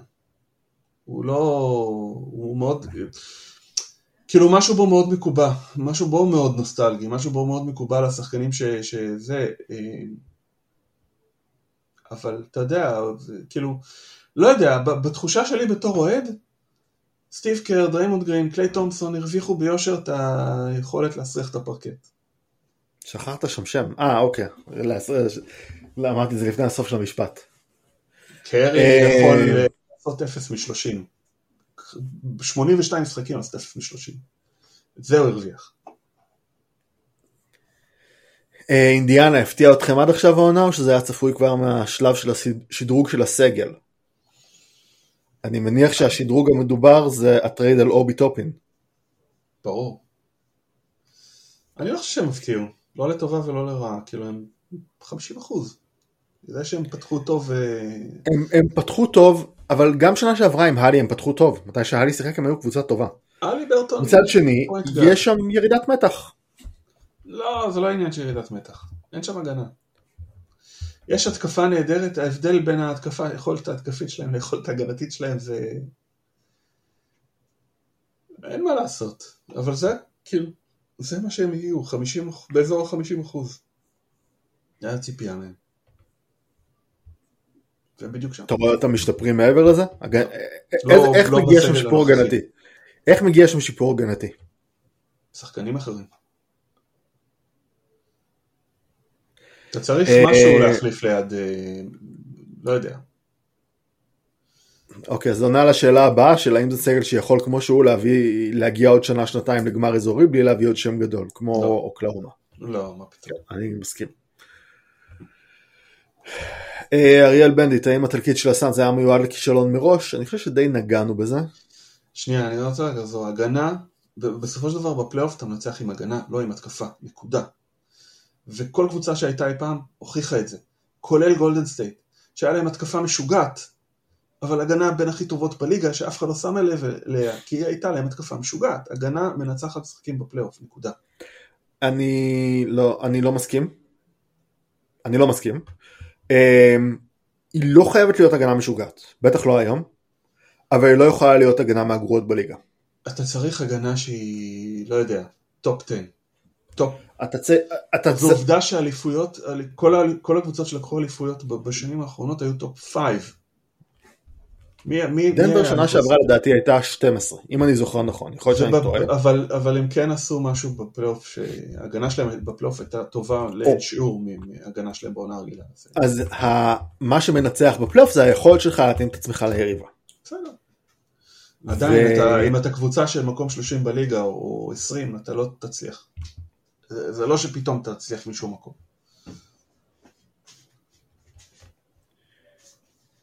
הוא מאוד... כאילו משהו בו מאוד מקובע, משהו בו מאוד נוסטלגי, משהו בו מאוד מקובע לשחקנים שזה... אבל אתה יודע, כאילו... לא יודע, בתחושה שלי בתור אוהד, סטיב קר, דריימונד גרין, קליי תומפסון הרוויחו ביושר את היכולת להסריח את הפרקט. שכחת שם. אוקיי. אמרתי זה לפני הסוף של המשפט. קרי יכול לעשות 0 מ-30. 82 משחקים לעשות 0 מ-30. את זה הוא הרוויח. אינדיאנה, הפתיע אתכם עד עכשיו העונה, או שזה היה צפוי כבר מהשלב של השדרוג של הסגל? אני מניח שהשדרוג המדובר זה הטרייד על אובי טופין. ברור. אני לא חושב שהם הפתיעו, לא לטובה ולא לרעה, כאילו הם 50%. זה שהם פתחו טוב... הם פתחו טוב, אבל גם שנה שעברה עם הלי הם פתחו טוב, מתי שהלי שיחק הם היו קבוצה טובה. הלי ברטון... מצד שני, יש שם ירידת מתח. לא, זה לא עניין של ירידת מתח, אין שם הגנה. יש התקפה נהדרת, ההבדל בין ההתקפה, יכולת ההתקפית שלהם ליכולת ההגנתית שלהם זה... אין מה לעשות, אבל זה כאילו, זה מה שהם הגיעו, 50, באזור 50%. היה ציפייה מהם. זה בדיוק שם. אתה רואה אותם משתפרים מעבר לזה? איך מגיע שם שיפור הגנתי? איך מגיע שם שיפור הגנתי? שחקנים אחרים. אתה צריך משהו להחליף ליד, לא יודע. אוקיי, אז עונה לשאלה הבאה, של האם זה סגל שיכול כמו שהוא להגיע עוד שנה, שנתיים לגמר אזורי, בלי להביא עוד שם גדול, כמו אוקלהומה. לא, מה פתאום. אני מסכים. אריאל בנדיט, האם התלקיט של הסאנס היה מיועד לכישלון מראש? אני חושב שדי נגענו בזה. שנייה, אני רוצה רגע, זו הגנה, בסופו של דבר בפלייאוף אתה מנצח עם הגנה, לא עם התקפה, נקודה. וכל קבוצה שהייתה אי פעם הוכיחה את זה, כולל גולדן סטייט, שהיה להם התקפה משוגעת, אבל הגנה בין הכי טובות בליגה, שאף אחד לא שם לב אליה, כי היא הייתה להם התקפה משוגעת, הגנה מנצחת משחקים בפלייאוף, נקודה. אני לא מסכים. היא לא חייבת להיות הגנה משוגעת, בטח לא היום, אבל היא לא יכולה להיות הגנה מהגרועות בליגה. אתה צריך הגנה שהיא, לא יודע, טופ 10. טופ. זו עובדה שהאליפויות, כל הקבוצות שלקחו אליפויות בשנים האחרונות היו טופ 5. דנבר שנה שעברה לדעתי הייתה 12, אם אני זוכר נכון, יכול להיות שאני טועה. אבל הם כן עשו משהו בפלייאוף, שההגנה שלהם בפלייאוף הייתה טובה לשיעור מההגנה שלהם בעונה הרגילה. אז מה שמנצח בפלייאוף זה היכולת שלך להתאים את עצמך ליריבה. בסדר. עדיין, אם אתה קבוצה של מקום 30 בליגה או 20, אתה לא תצליח. זה לא שפתאום תצליח משום מקום.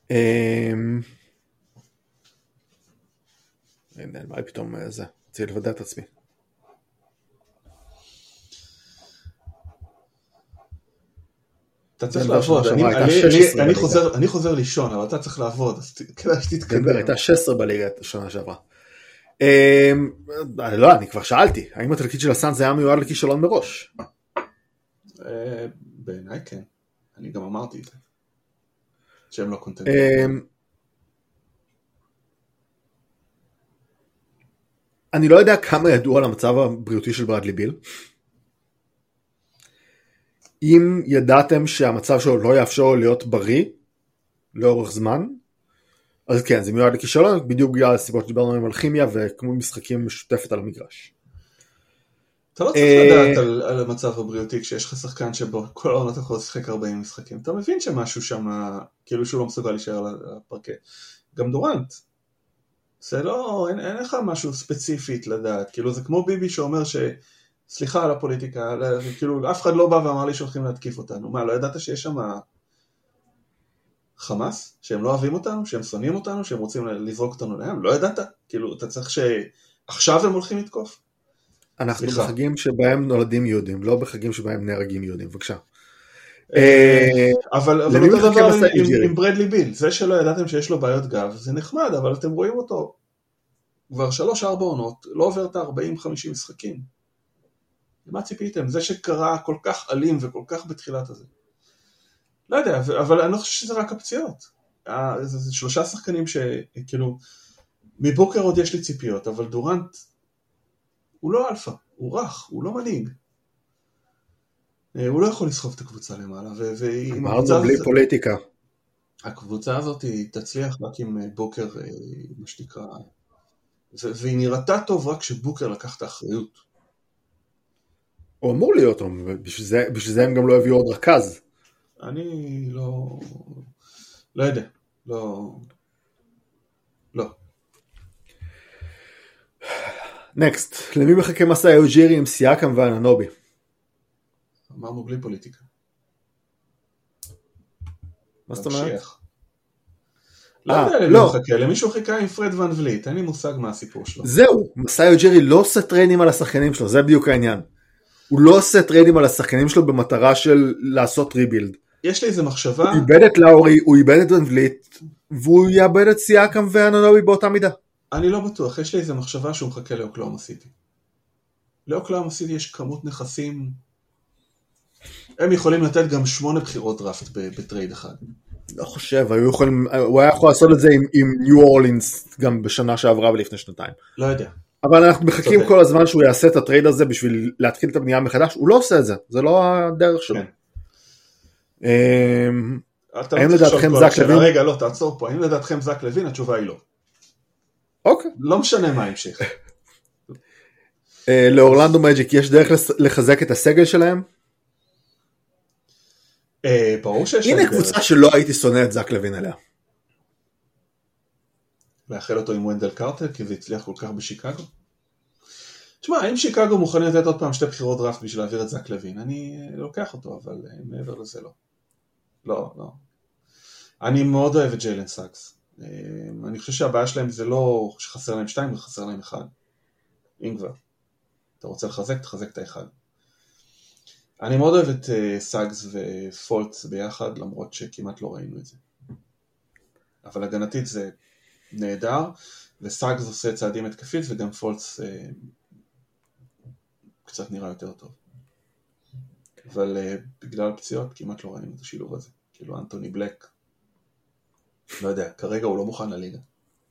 מה פתאום זה? צריך לוודא את עצמי. אתה צריך לעבוד, אני חוזר לישון, אבל אתה צריך לעבוד, אז כדאי שתתקדם. דנבר הייתה 16 בליגה השנה שעברה. לא, אני כבר שאלתי, האם התפקיד של הסאנס היה מיועד לכישלון מראש? בעיניי כן, אני גם אמרתי את זה, שהם לא קונטנטים. אני לא יודע כמה ידעו על המצב הבריאותי של ברדלי ביל. אם ידעתם שהמצב שלו לא יאפשר לו להיות בריא לאורך זמן, אז כן, זה מיועד לכישלון, בדיוק בגלל הסיבות שדיברנו על כימיה וכמו משחקים משותפת על המגרש. אתה לא צריך לדעת על המצב הבריאותי כשיש לך שחקן שבו כל העונה אתה יכול לשחק 40 משחקים. אתה מבין שמשהו שם, כאילו שהוא לא מסוגל להישאר על הפרקט. גם דורנט. זה לא, אין לך משהו ספציפית לדעת. כאילו זה כמו ביבי שאומר סליחה על הפוליטיקה, כאילו אף אחד לא בא ואמר לי שהולכים להתקיף אותנו. מה, לא ידעת שיש שם חמאס? שהם לא אוהבים אותנו? שהם שונאים אותנו? שהם רוצים לזרוק אותנו להם? לא ידעת? כאילו אתה צריך שעכשיו הם הולכים לתקוף? אנחנו בחגים שבהם נולדים יהודים, לא בחגים שבהם נהרגים יהודים, בבקשה. אבל אותו דבר עם ברדלי ביל, זה שלא ידעתם שיש לו בעיות גב, זה נחמד, אבל אתם רואים אותו כבר 3-4 עונות, לא עובר את ה-40-50 משחקים. מה ציפיתם? זה שקרה כל כך אלים וכל כך בתחילת הזה. לא יודע, אבל אני לא חושב שזה רק הפציעות. זה 3 שחקנים שכאילו, מבוקר עוד יש לי ציפיות, אבל דורנט הוא לא אלפא, הוא רך, הוא לא מנהיג. הוא לא יכול לסחוב את הקבוצה למעלה. אמרנו בלי פוליטיקה. הקבוצה הזאת תצליח רק עם בוקר, מה שנקרא, והיא נראתה טוב רק שבוקר לקח את האחריות. הוא אמור להיות, בשביל זה הם גם לא הביאו עוד רכז. אני לא יודע, לא. נקסט, למי מחכה מסע יוג'ירי עם סייקם ואננובי? אמרנו בלי פוליטיקה. מה זאת אומרת? לא יודע למי מחכה, למישהו חיכה עם פרד ון וליט, אין לי מושג מה הסיפור שלו. זהו, מסע יוג'ירי לא עושה טריידים על השחקנים שלו, זה בדיוק העניין. הוא לא עושה טריידים על השחקנים שלו במטרה של לעשות ריבילד. יש לי איזה מחשבה. הוא איבד את לאורי, הוא איבד את ון וליט, והוא יאבד את סייקם ואננובי באותה מידה. אני לא בטוח, יש לי איזה מחשבה שהוא מחכה לאוקלהומה סיטי. לאוקלהומה סיטי יש כמות נכסים, הם יכולים לתת גם 8 בחירות דראפט בטרייד אחד. לא חושב, הוא היה יכול לעשות את זה עם ניו אורלינס גם בשנה שעברה ולפני 2 לא יודע. אבל אנחנו מחכים כל הזמן שהוא יעשה את הטרייד הזה בשביל להתחיל את הבנייה מחדש, הוא לא עושה את זה, זה לא הדרך שלו. האם לדעתכם זק לוין? רגע, לא, תעצור פה, האם לדעתכם זק לוין? התשובה היא לא. אוקיי. לא משנה מה ההמשך. לאורלנדו מג'יק יש דרך לחזק את הסגל שלהם? ברור שיש. הנה קבוצה שלא הייתי שונא את זק לוין עליה. לאחל אותו עם ונדל קארטר, כי זה הצליח כל כך בשיקגו. תשמע, אם שיקגו מוכן לתת עוד פעם 2 בחירות דראפט בשביל להעביר את זק לוין, אני לוקח אותו, אבל מעבר לזה לא. לא. אני מאוד אוהב את ג'יילן סאקס. אני חושב שהבעיה שלהם זה לא שחסר להם 2, זה חסר להם 1. אם כבר. אתה רוצה לחזק, תחזק את האחד. אני מאוד אוהב את סאגס ופולץ ביחד, למרות שכמעט לא ראינו את זה. אבל הגנתית זה נהדר, וסאגס עושה צעדים התקפית, וגם פולץ קצת נראה יותר טוב. אבל בגלל פציעות כמעט לא ראינו את השילוב הזה. כאילו אנטוני בלק, לא יודע, כרגע הוא לא מוכן לליגה.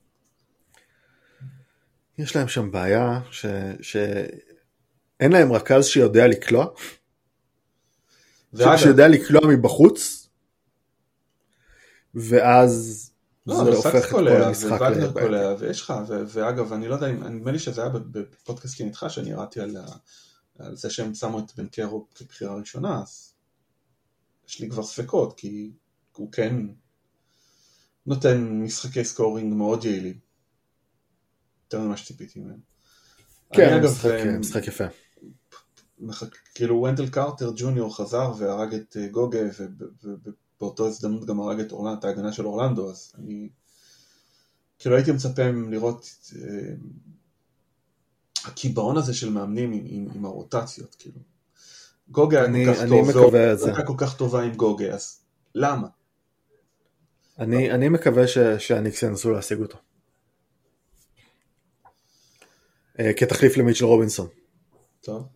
יש להם שם בעיה שאין להם רכז שיודע לקלוע, שיודע לקלוע מבחוץ, ואז זה הופך את כל המשחק לבעיה. ויש לך, ואגב, אני לא יודע, נדמה לי שזה היה בפודקאסטים איתך, שאני ראיתי על זה שהם שמו את בנקרו כבחירה ראשונה, אז יש לי כבר ספקות, כי הוא כן נותן משחקי סקורינג מאוד יעילים. יותר ממה שציפיתי מהם. כן, משחק יפה. כאילו ונדל קארטר ג'וניור חזר והרג את גוגה באותו הזדמנות גם הרג את ההגנה של אורלנדו, אז אני כאילו הייתי מצפה לראות הקיבעון הזה של מאמנים עם הרוטציות, כאילו. גוגה היה כל כך טוב, והייתה כל כך טובה עם גוגה, אז למה? אני מקווה שהניקס ינסו להשיג אותו. כתחליף למיטשל רובינסון. טוב.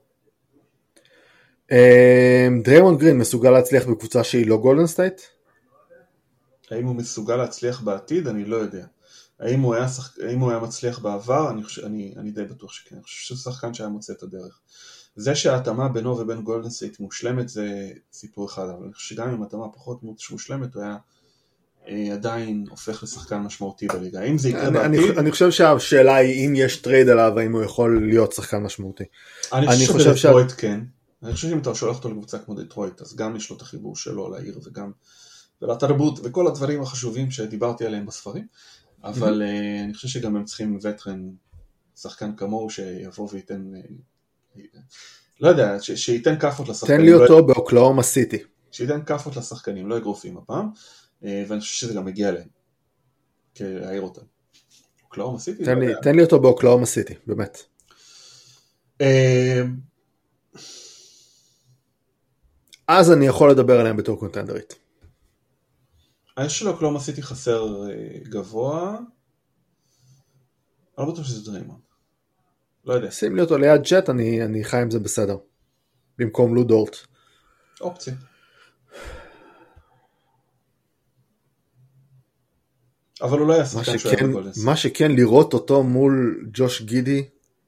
דריימונד גרין מסוגל להצליח בקבוצה שהיא לא גולדן סטייט? האם הוא מסוגל להצליח בעתיד? אני לא יודע. האם הוא היה מצליח בעבר? אני די בטוח שכן. אני חושב שזה שחקן שהיה מוצא את הדרך. זה שההתאמה בינו ובין גולדן סטייט מושלמת זה סיפור אחד, אבל אני חושב שגם אם ההתאמה פחות מושלמת, הוא היה עדיין הופך לשחקן משמעותי בליגה. האם זה יקרה בעתיד? אני חושב שהשאלה היא אם יש טרייד עליו, האם הוא יכול להיות שחקן משמעותי. אני חושב שבדטרויט כן. אני חושב שאם אתה שולח אותו לקבוצה כמו דטרויט, אז גם יש לו את החיבור שלו לעיר וגם ולתרבות וכל הדברים החשובים שדיברתי עליהם בספרים, אבל אני חושב שגם הם צריכים וטרן, שחקן כמוהו שיבוא וייתן, לא יודע, שייתן כפות לשחקנים. תן לי אותו באוקלאומה סיטי. שייתן כפות לשחקנים, לא אגרופים הפעם, ואני חושב שזה גם מגיע להם, להעיר אותם. אוקלאומה סיטי? תן לי אותו באוקלאומה סיטי, באמת. אז אני יכול לדבר עליהם בתור קונטנדרית. אני חושב שלאוקלאומה סיטי חסר גבוה, אני לא בטוח שזה דריימונד. לא יודע. שים לי אותו ליד ג'ט, אני חי עם זה בסדר. במקום לו דורט. אופציה. אבל הוא לא היה שחקן שהוא היה בגולדנס. מה שכן לראות אותו מול ג'וש גידי,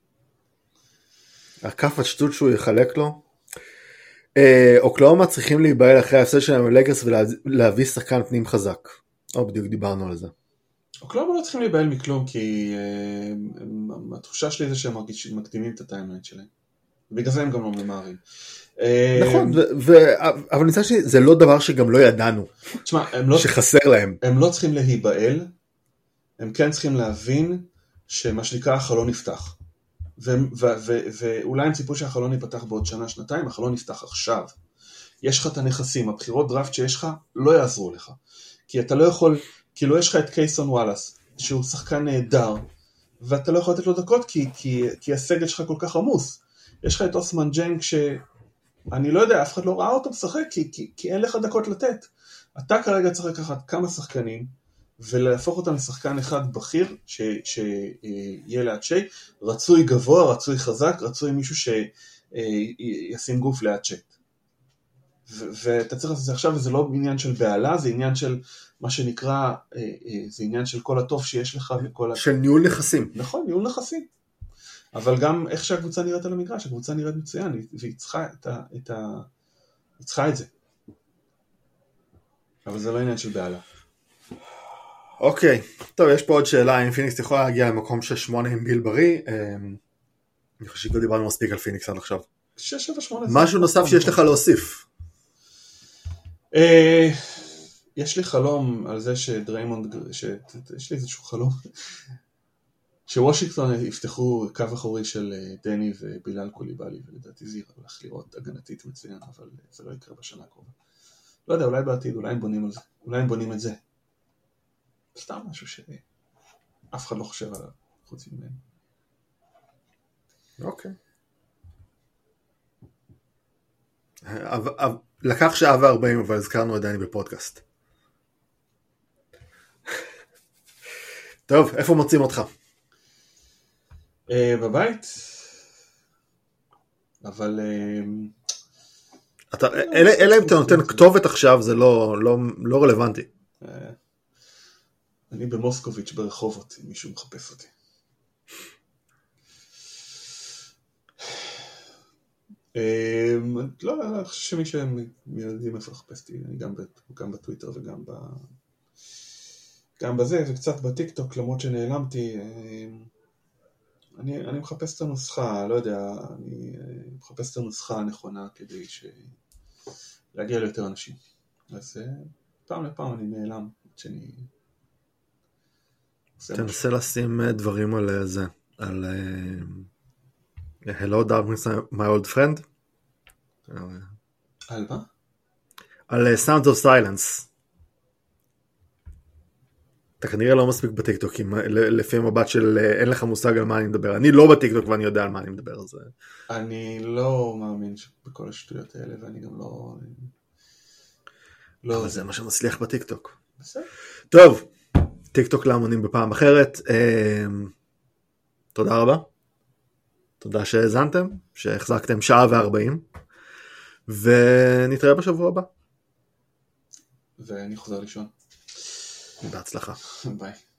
הכף השטות שהוא יחלק לו. אוקלאומה צריכים להיבהל אחרי ההפסד שלהם ללקרס ולהביא שחקן פנים חזק. בדיוק דיברנו על זה. אוקלאומה לא צריכים להיבהל מכלום, כי התחושה שלי זה שהם מקדימים את הטיימליין שלהם. בגלל זה הם גם לא ממהרים. נכון, אבל נצא שזה לא דבר שגם לא ידענו, שחסר להם. הם לא צריכים להיבהל, הם כן צריכים להבין שמה שנקרא החלון נפתח. ואולי הם ציפו שהחלון ייפתח בעוד שנה, שנתיים, החלון נפתח עכשיו. יש לך את הנכסים, הבחירות דראפט שיש לך לא יעזרו לך. כי אתה לא יכול, כאילו יש לך את קייסון וואלאס, שהוא שחקן נהדר, ואתה לא יכול לתת לו דקות כי הסגל שלך כל כך עמוס. יש לך את אוסמן ג'נק שאני לא יודע, אף אחד לא ראה אותו משחק, כי אין לך דקות לתת. אתה כרגע צריך לקחת כמה שחקנים, ולהפוך אותם לשחקן אחד בכיר, שיהיה ליד שי, רצוי גבוה, רצוי חזק, רצוי מישהו שישים גוף ליד שי. ואתה צריך לעשות את זה עכשיו, וזה לא עניין של בעלה, זה עניין של מה שנקרא, זה עניין של כל הטוב שיש לך, של ניהול נכסים. נכון, ניהול נכסים. אבל גם איך שהקבוצה נראית על המגרש, הקבוצה נראית מצוין, והיא צריכה את זה. אבל זה לא עניין של בעלה. אוקיי, טוב, יש פה עוד שאלה, אם פיניקס יכולה להגיע למקום 6-8 עם גיל בריא, אני חושב שכבר דיברנו מספיק על פיניקס עד עכשיו. 6-7-8. משהו נוסף שיש לך להוסיף? יש לי חלום על זה שדריימונד, יש לי איזשהו חלום, שוושינגטון יפתחו קו אחורי של דני ובילאל קוליבאלי, ולדעתי זה הולך לראות הגנתית מצוין, אבל זה לא יקרה בשנה הקרובה. לא יודע, אולי בעתיד, אולי הם בונים על זה, אולי הם בונים את זה. סתם משהו שאף אחד לא חושב עליו, חוץ ממנו. אוקיי. לקח שעה ו40, אבל הזכרנו עדיין בפודקאסט. טוב, איפה מוצאים אותך? בבית. אבל אלא אם אתה נותן כתובת עכשיו, זה לא רלוונטי. אני במוסקוביץ' ברחובות, אם מישהו מחפש אותי. לא, אני חושב שמי שהם ילדים איפה לחפש אותי, אני גם בטוויטר וגם בזה, וקצת בטיקטוק, למרות שנעלמתי, אני מחפש את הנוסחה, לא יודע, אני מחפש את הנוסחה הנכונה כדי להגיע ליותר אנשים. אז פעם לפעם אני נעלם, שאני תנסה לשים דברים על זה, על Hello Darkness my old friend. על מה? על Sounds of Silence. אתה כנראה לא מספיק בטיקטוק, לפי מבט של אין לך מושג על מה אני מדבר. אני לא בטיקטוק ואני יודע על מה אני מדבר. אני לא מאמין בכל השטויות האלה, ואני גם לא... אבל זה מה שמצליח בטיקטוק. בסדר. טוב, טיקטוק להמונים בפעם אחרת. תודה רבה. תודה שהזנתם, שהחזקתם 1:40, ונתראה בשבוע הבא. ואני חוזר לישון. בהצלחה. ביי.